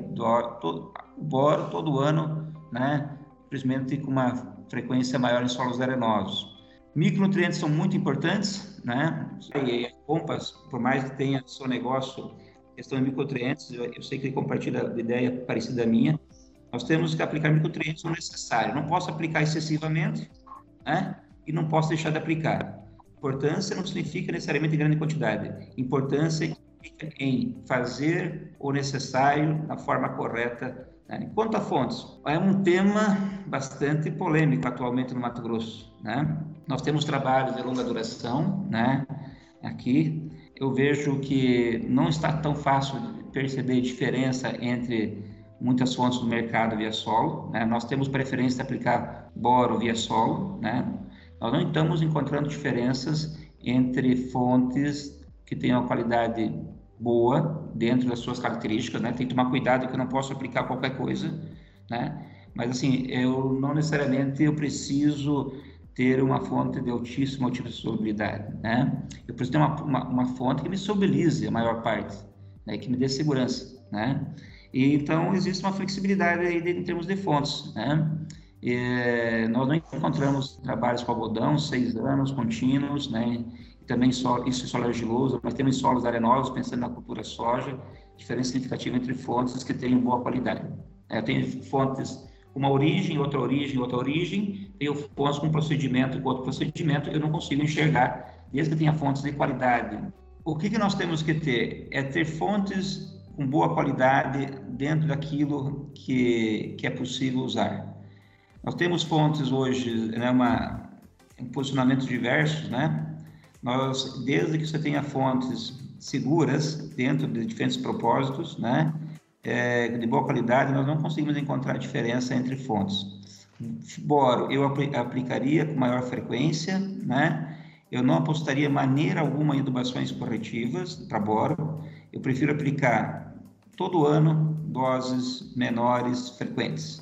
o boro todo ano, né? Principalmente com uma frequência maior em solos arenosos. Micronutrientes são muito importantes, né? E a Compass, por mais que tenha seu negócio, questão de micronutrientes, eu sei que ele compartilha a ideia parecida à minha. Nós temos que aplicar micronutrientes no necessário. Não posso aplicar excessivamente, né? E não posso deixar de aplicar. Importância não significa necessariamente grande quantidade. Importância significa em fazer o necessário na forma correta. Quanto a fontes, é um tema bastante polêmico atualmente no Mato Grosso, né? Nós temos trabalhos de longa duração, né? Aqui eu vejo que não está tão fácil de perceber diferença entre muitas fontes do mercado via solo, né? Nós temos preferência de aplicar boro via solo, né? Nós não estamos encontrando diferenças entre fontes que tenham uma qualidade boa dentro das suas características, né? Tem que tomar cuidado que eu não posso aplicar qualquer coisa, né? Mas assim, eu não necessariamente preciso ter uma fonte de altíssima solubilidade, né? Eu preciso ter uma fonte que me solubilize a maior parte, né? Que me dê segurança, né? E, então existe uma flexibilidade aí em termos de fontes, né? Nós não encontramos trabalhos com algodão 6 anos contínuos, né? Também isso em solo argiloso, mas temos solos arenosos, pensando na cultura soja, diferença significativa entre fontes que tenham boa qualidade. Eu tenho fontes com uma origem, outra origem, tenho fontes com procedimento, com outro procedimento, eu não consigo enxergar, desde que tenha fontes de qualidade. O que nós temos que ter? É ter fontes com boa qualidade dentro daquilo que é possível usar. Nós temos fontes hoje, né, em posicionamentos diversos, né? Desde que você tenha fontes seguras dentro de diferentes propósitos, né, de boa qualidade, nós não conseguimos encontrar diferença entre fontes. Boro eu aplicaria com maior frequência, né, eu não apostaria de maneira alguma em adubações corretivas para boro. Eu prefiro aplicar todo ano doses menores frequentes.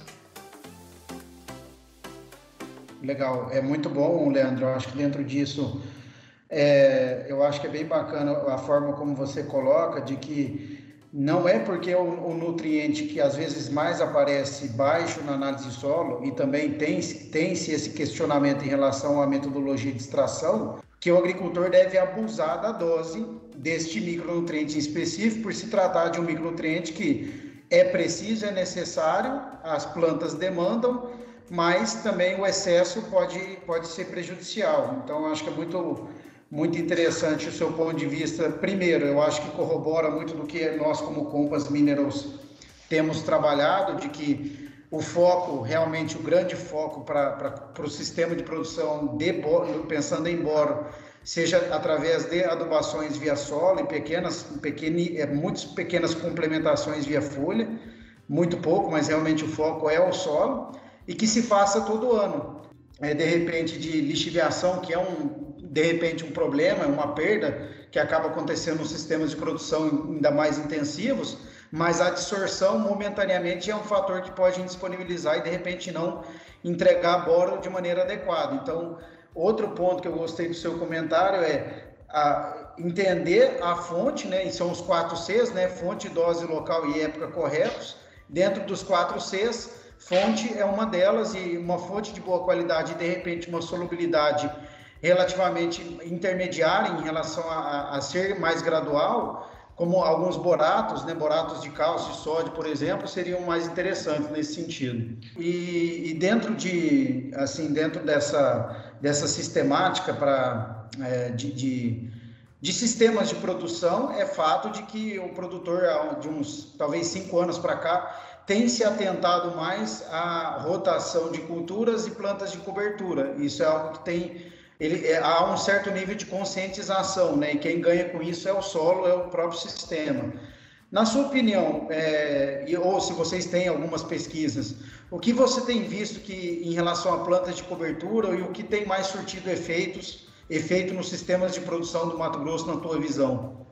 Legal, é muito bom, Leandro. Eu acho que dentro disso, eu acho que é bem bacana a forma como você coloca, de que não é porque o nutriente que às vezes mais aparece baixo na análise de solo, e também tem-se esse questionamento em relação à metodologia de extração, que o agricultor deve abusar da dose deste micronutriente específico, por se tratar de um micronutriente que é preciso, é necessário, as plantas demandam, mas também o excesso pode ser prejudicial. Então, eu acho que é muito interessante o seu ponto de vista. Primeiro, eu acho que corrobora muito do que nós, como Compass Minerals, temos trabalhado, de que o foco, realmente o grande foco para o sistema de produção de boro, pensando em boro, seja através de adubações via solo e muitas pequenas complementações via folha, muito pouco, mas realmente o foco é o solo, e que se faça todo ano. De repente, de lixiviação, que é de repente um problema, uma perda que acaba acontecendo nos sistemas de produção ainda mais intensivos, mas a absorção momentaneamente é um fator que pode indisponibilizar e de repente não entregar boro de maneira adequada. Então, outro ponto que eu gostei do seu comentário é entender a fonte, né? E são os 4 Cs, né? Fonte, dose, local e época corretos. Dentro dos 4 Cs, fonte é uma delas, e uma fonte de boa qualidade e de repente uma solubilidade relativamente intermediária em relação a ser mais gradual, como alguns boratos, né, boratos de cálcio e sódio, por exemplo, seriam mais interessantes nesse sentido. E dentro dessa sistemática de sistemas de produção, é fato de que o produtor, de uns talvez 5 anos para cá, tem se atentado mais à rotação de culturas e plantas de cobertura. Isso é algo que há um certo nível de conscientização, né? E quem ganha com isso é o solo, é o próprio sistema. Na sua opinião, ou se vocês têm algumas pesquisas, o que você tem visto que, em relação a plantas de cobertura, e o que tem mais surtido efeito nos sistemas de produção do Mato Grosso, na tua visão?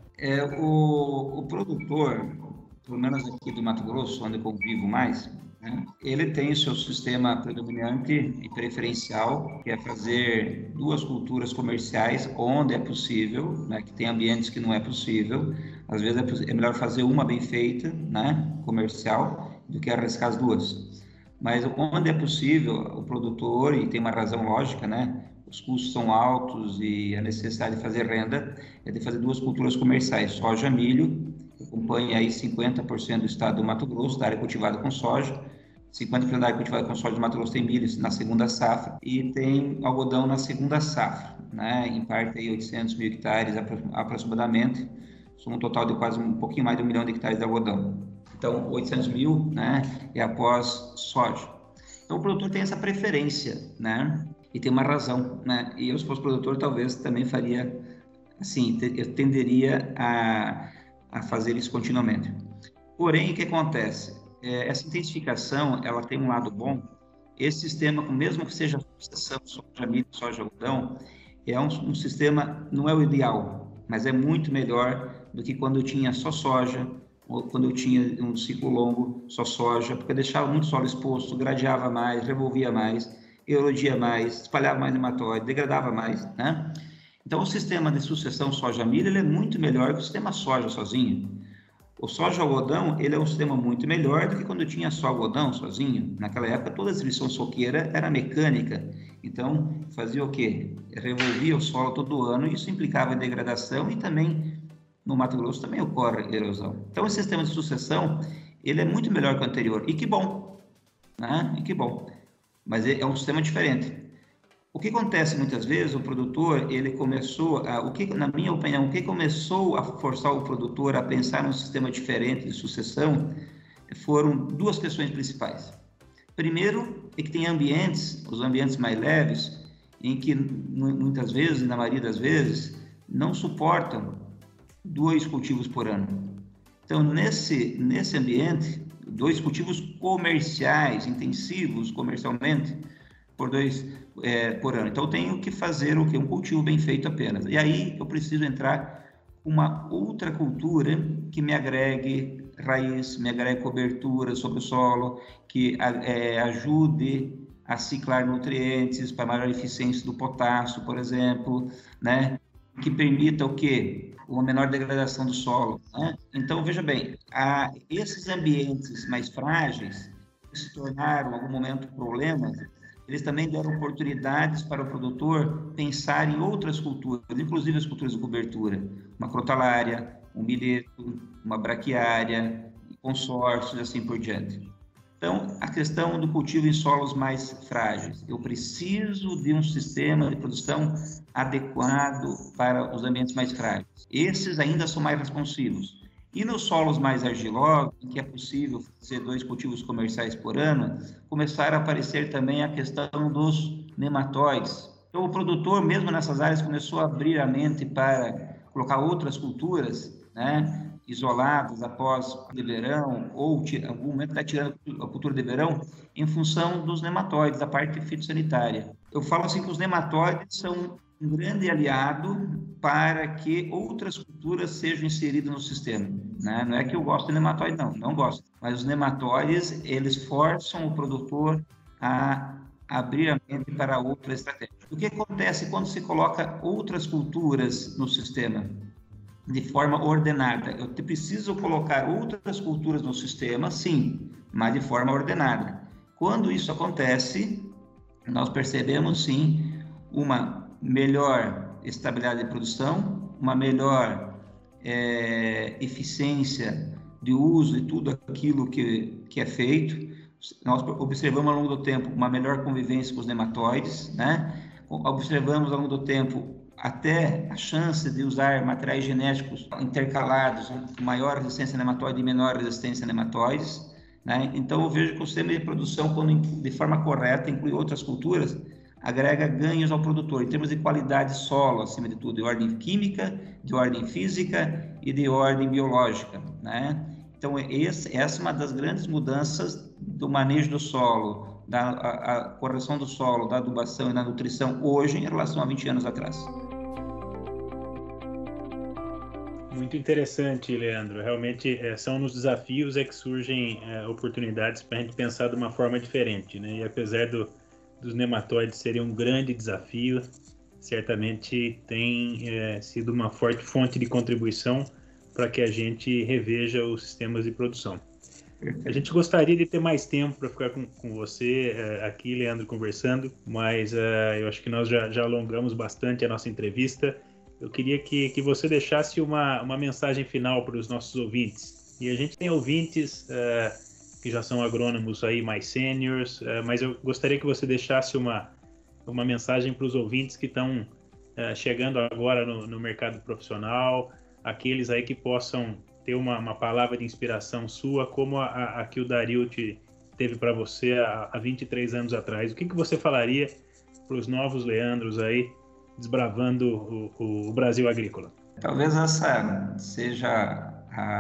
O produtor, pelo menos aqui do Mato Grosso, onde eu convivo mais, né, ele tem o seu sistema predominante e preferencial, que é fazer 2 culturas comerciais onde é possível, né, que tem ambientes que não é possível. Às vezes é melhor fazer uma bem feita, né, comercial, do que arriscar as 2. Mas onde é possível, o produtor, e tem uma razão lógica, né, os custos são altos e a necessidade de fazer renda é de fazer 2 culturas comerciais, soja, milho, que acompanha aí 50% do estado do Mato Grosso, da área cultivada com soja, 50% da área cultivada com soja do Mato Grosso tem milho na segunda safra, e tem algodão na segunda safra, né? Em parte aí 800 mil hectares aproximadamente, são um total de quase um pouquinho mais de 1 milhão de hectares de algodão. Então, 800 mil, né, é após soja. Então, o produtor tem essa preferência, né? E tem uma razão, né? E eu, se fosse produtor, talvez também faria, assim, eu tenderia a fazer isso continuamente. Porém, o que acontece? Essa intensificação, ela tem um lado bom. Esse sistema, mesmo que seja sucessão, soja, milho, soja, algodão, é um sistema, não é o ideal, mas é muito melhor do que quando eu tinha só soja, ou quando eu tinha um ciclo longo, só soja, porque eu deixava muito solo exposto, gradeava mais, revolvia mais, erodia mais, espalhava mais nematóide, degradava mais, né? Então, o sistema de sucessão soja-milho, ele é muito melhor que o sistema soja sozinho. O soja-algodão, ele é um sistema muito melhor do que quando eu tinha só algodão sozinho. Naquela época, toda a distribuição soqueira era mecânica. Então, fazia o quê? Revolvia o solo todo ano, e isso implicava em degradação, e também, no Mato Grosso, também ocorre erosão. Então, esse sistema de sucessão, ele é muito melhor que o anterior. E que bom, né? E que bom. Mas é um sistema diferente. O que acontece muitas vezes, o produtor, ele começou, na minha opinião, o que começou a forçar o produtor a pensar num sistema diferente de sucessão foram 2 questões principais. Primeiro, é que tem ambientes, os ambientes mais leves, em que muitas vezes, na maioria das vezes, não suportam 2 cultivos por ano. Então, nesse ambiente, 2 cultivos comerciais, intensivos comercialmente, por ano. Então, eu tenho que fazer o quê? Um cultivo bem feito apenas. E aí, eu preciso entrar com uma outra cultura que me agregue raiz, me agregue cobertura sobre o solo, que ajude a ciclar nutrientes para maior eficiência do potássio, por exemplo, né? Que permita o quê? Uma menor degradação do solo, né? Então, veja bem, esses ambientes mais frágeis que se tornaram, em algum momento, problemas, eles também deram oportunidades para o produtor pensar em outras culturas, inclusive as culturas de cobertura, uma crotalária, um milheto, uma braquiária, consórcios, assim por diante. Então, a questão do cultivo em solos mais frágeis. Eu preciso de um sistema de produção adequado para os ambientes mais frágeis. Esses ainda são mais responsivos. E nos solos mais argilosos, em que é possível fazer 2 cultivos comerciais por ano, começaram a aparecer também a questão dos nematóides. Então, o produtor, mesmo nessas áreas, começou a abrir a mente para colocar outras culturas, né, isoladas após o verão, ou em algum momento está tirando a cultura de verão, em função dos nematóides, da parte fitossanitária. Eu falo assim que os nematóides são um grande aliado para que outras culturas sejam inseridas no sistema, né? Não é que eu gosto de nematóide, não gosto. Mas os nematóides, eles forçam o produtor a abrir a mente para outra estratégia. O que acontece quando se coloca outras culturas no sistema? De forma ordenada. Eu preciso colocar outras culturas no sistema, sim, mas de forma ordenada. Quando isso acontece, nós percebemos, sim, uma melhor estabilidade de produção, uma melhor eficiência de uso de tudo aquilo que é feito. Nós observamos ao longo do tempo uma melhor convivência com os nematóides, né? Observamos ao longo do tempo até a chance de usar materiais genéticos intercalados, com maior resistência a nematóide e menor resistência a nematóides, né? Então, eu vejo que o sistema de produção, quando de forma correta inclui outras culturas, agrega ganhos ao produtor, em termos de qualidade solo, acima de tudo, de ordem química, de ordem física e de ordem biológica, né? Então, essa é uma das grandes mudanças do manejo do solo, a correção do solo, da adubação e da nutrição hoje em relação a 20 anos atrás. Muito interessante, Leandro. Realmente são nos desafios que surgem oportunidades para a gente pensar de uma forma diferente, né? E apesar dos nematóides serem um grande desafio, certamente tem sido uma forte fonte de contribuição para que a gente reveja os sistemas de produção. A gente gostaria de ter mais tempo para ficar com você aqui, Leandro, conversando, mas eu acho que nós já alongamos bastante a nossa entrevista. Eu queria que você deixasse uma mensagem final para os nossos ouvintes. E a gente tem ouvintes que já são agrônomos aí mais sêniores, mas eu gostaria que você deixasse uma mensagem para os ouvintes que estão chegando agora no mercado profissional, aqueles aí que possam ter uma palavra de inspiração sua, como a que o Dario teve para você há 23 anos atrás. O que você falaria para os novos Leandros aí, desbravando o Brasil agrícola? Talvez essa seja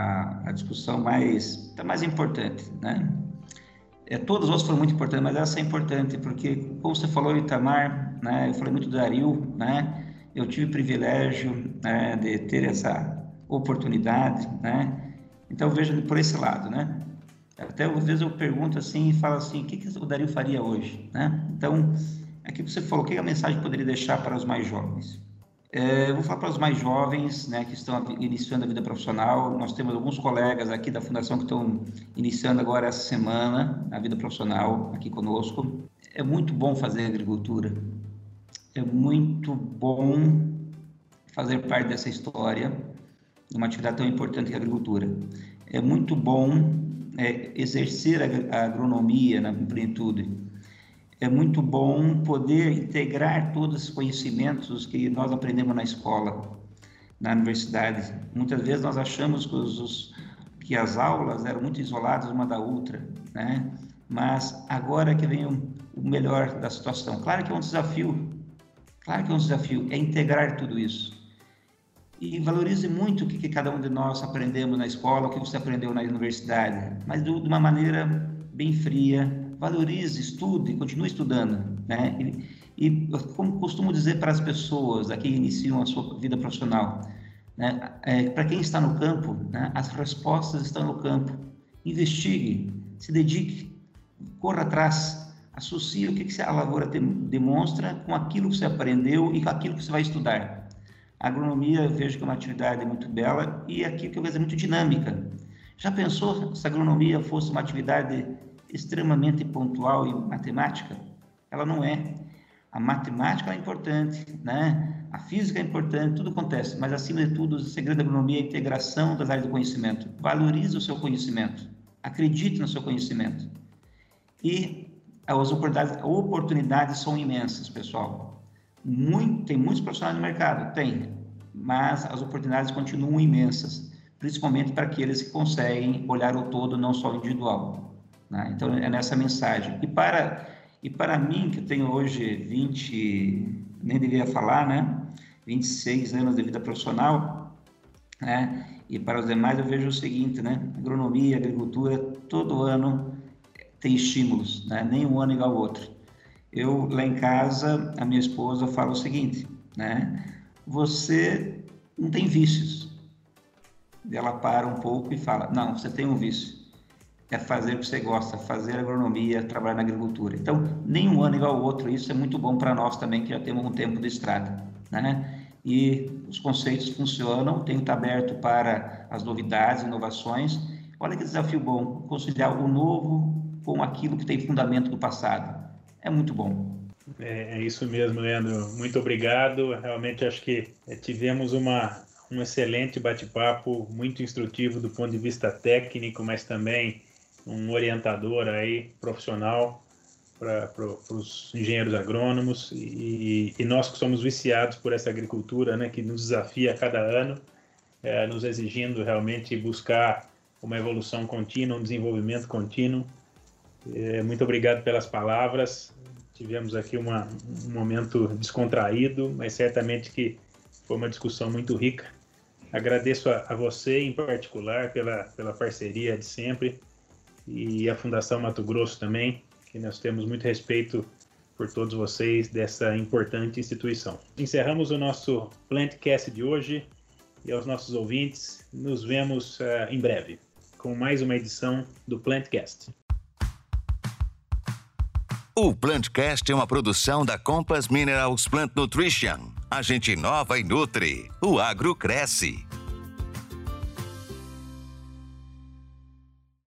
a discussão mais importante, né? Todas as outras foram muito importantes, mas essa é importante, porque, como você falou, Itamar, né, eu falei muito do Dario, né? Eu tive o privilégio, né, de ter essa oportunidade, né? Então, veja por esse lado, né? Até às vezes eu pergunto assim e falo assim, o que o Dario faria hoje, né? Então, aqui você falou, o que a mensagem poderia deixar para os mais jovens? Eu vou falar para os mais jovens, né, que estão iniciando a vida profissional. Nós temos alguns colegas aqui da Fundação que estão iniciando agora essa semana a vida profissional aqui conosco. É muito bom fazer agricultura. É muito bom fazer parte dessa história, de uma atividade tão importante que a agricultura. É muito bom exercer a agronomia na plenitude. É muito bom poder integrar todos os conhecimentos que nós aprendemos na escola, na universidade. Muitas vezes nós achamos que as aulas eram muito isoladas uma da outra, né? Mas agora que vem o melhor da situação. Claro que é um desafio, é integrar tudo isso. E valorize muito o que cada um de nós aprendemos na escola, o que você aprendeu na universidade, mas de uma maneira bem fria, Valorize, estude, continue estudando, né? E como costumo dizer para as pessoas que iniciam a sua vida profissional, né? Para quem está no campo, né? As respostas estão no campo. Investigue, se dedique, corra atrás, associe o que a lavoura demonstra com aquilo que você aprendeu e com aquilo que você vai estudar. A agronomia, eu vejo que é uma atividade muito bela e aqui que eu vejo é muito dinâmica. Já pensou se a agronomia fosse uma atividade extremamente pontual e matemática? Ela não é. A matemática é importante, né? A física é importante, tudo acontece, mas acima de tudo, o segredo da agronomia é a integração das áreas do conhecimento. Valorize o seu conhecimento, acredite no seu conhecimento. E as oportunidades são imensas, pessoal. Tem muitos profissionais no mercado? Tem, mas as oportunidades continuam imensas, principalmente para aqueles que conseguem olhar o todo, não só o individual, né? Então, é nessa mensagem. E para mim, que tenho hoje 20, nem deveria falar, né? 26 anos de vida profissional, né? E para os demais eu vejo o seguinte, né? Agronomia, agricultura, todo ano tem estímulos, né? Nenhum ano igual ao outro. Eu, lá em casa, a minha esposa fala o seguinte, né? Você não tem vícios. Ela para um pouco e fala, não, você tem um vício. É fazer o que você gosta, fazer agronomia, trabalhar na agricultura. Então, nenhum ano igual ao outro, isso é muito bom para nós também, que já temos um tempo de estrada, né? E os conceitos funcionam, tenho que estar aberto para as novidades, inovações. Olha que desafio bom, conciliar o novo com aquilo que tem fundamento do passado. É muito bom. É isso mesmo, Leandro. Muito obrigado. Realmente acho que tivemos um excelente bate-papo, muito instrutivo do ponto de vista técnico, mas também um orientador aí, profissional para os engenheiros agrônomos e nós que somos viciados por essa agricultura, né, que nos desafia a cada ano, nos exigindo realmente buscar uma evolução contínua, um desenvolvimento contínuo. Muito obrigado pelas palavras. Tivemos aqui um momento descontraído, mas certamente que foi uma discussão muito rica. Agradeço a você em particular pela parceria de sempre e a Fundação Mato Grosso também, que nós temos muito respeito por todos vocês dessa importante instituição. Encerramos o nosso Plantcast de hoje e aos nossos ouvintes, nos vemos em breve com mais uma edição do Plantcast. O Plantcast é uma produção da Compass Minerals Plant Nutrition. A gente inova e nutre. O agro cresce.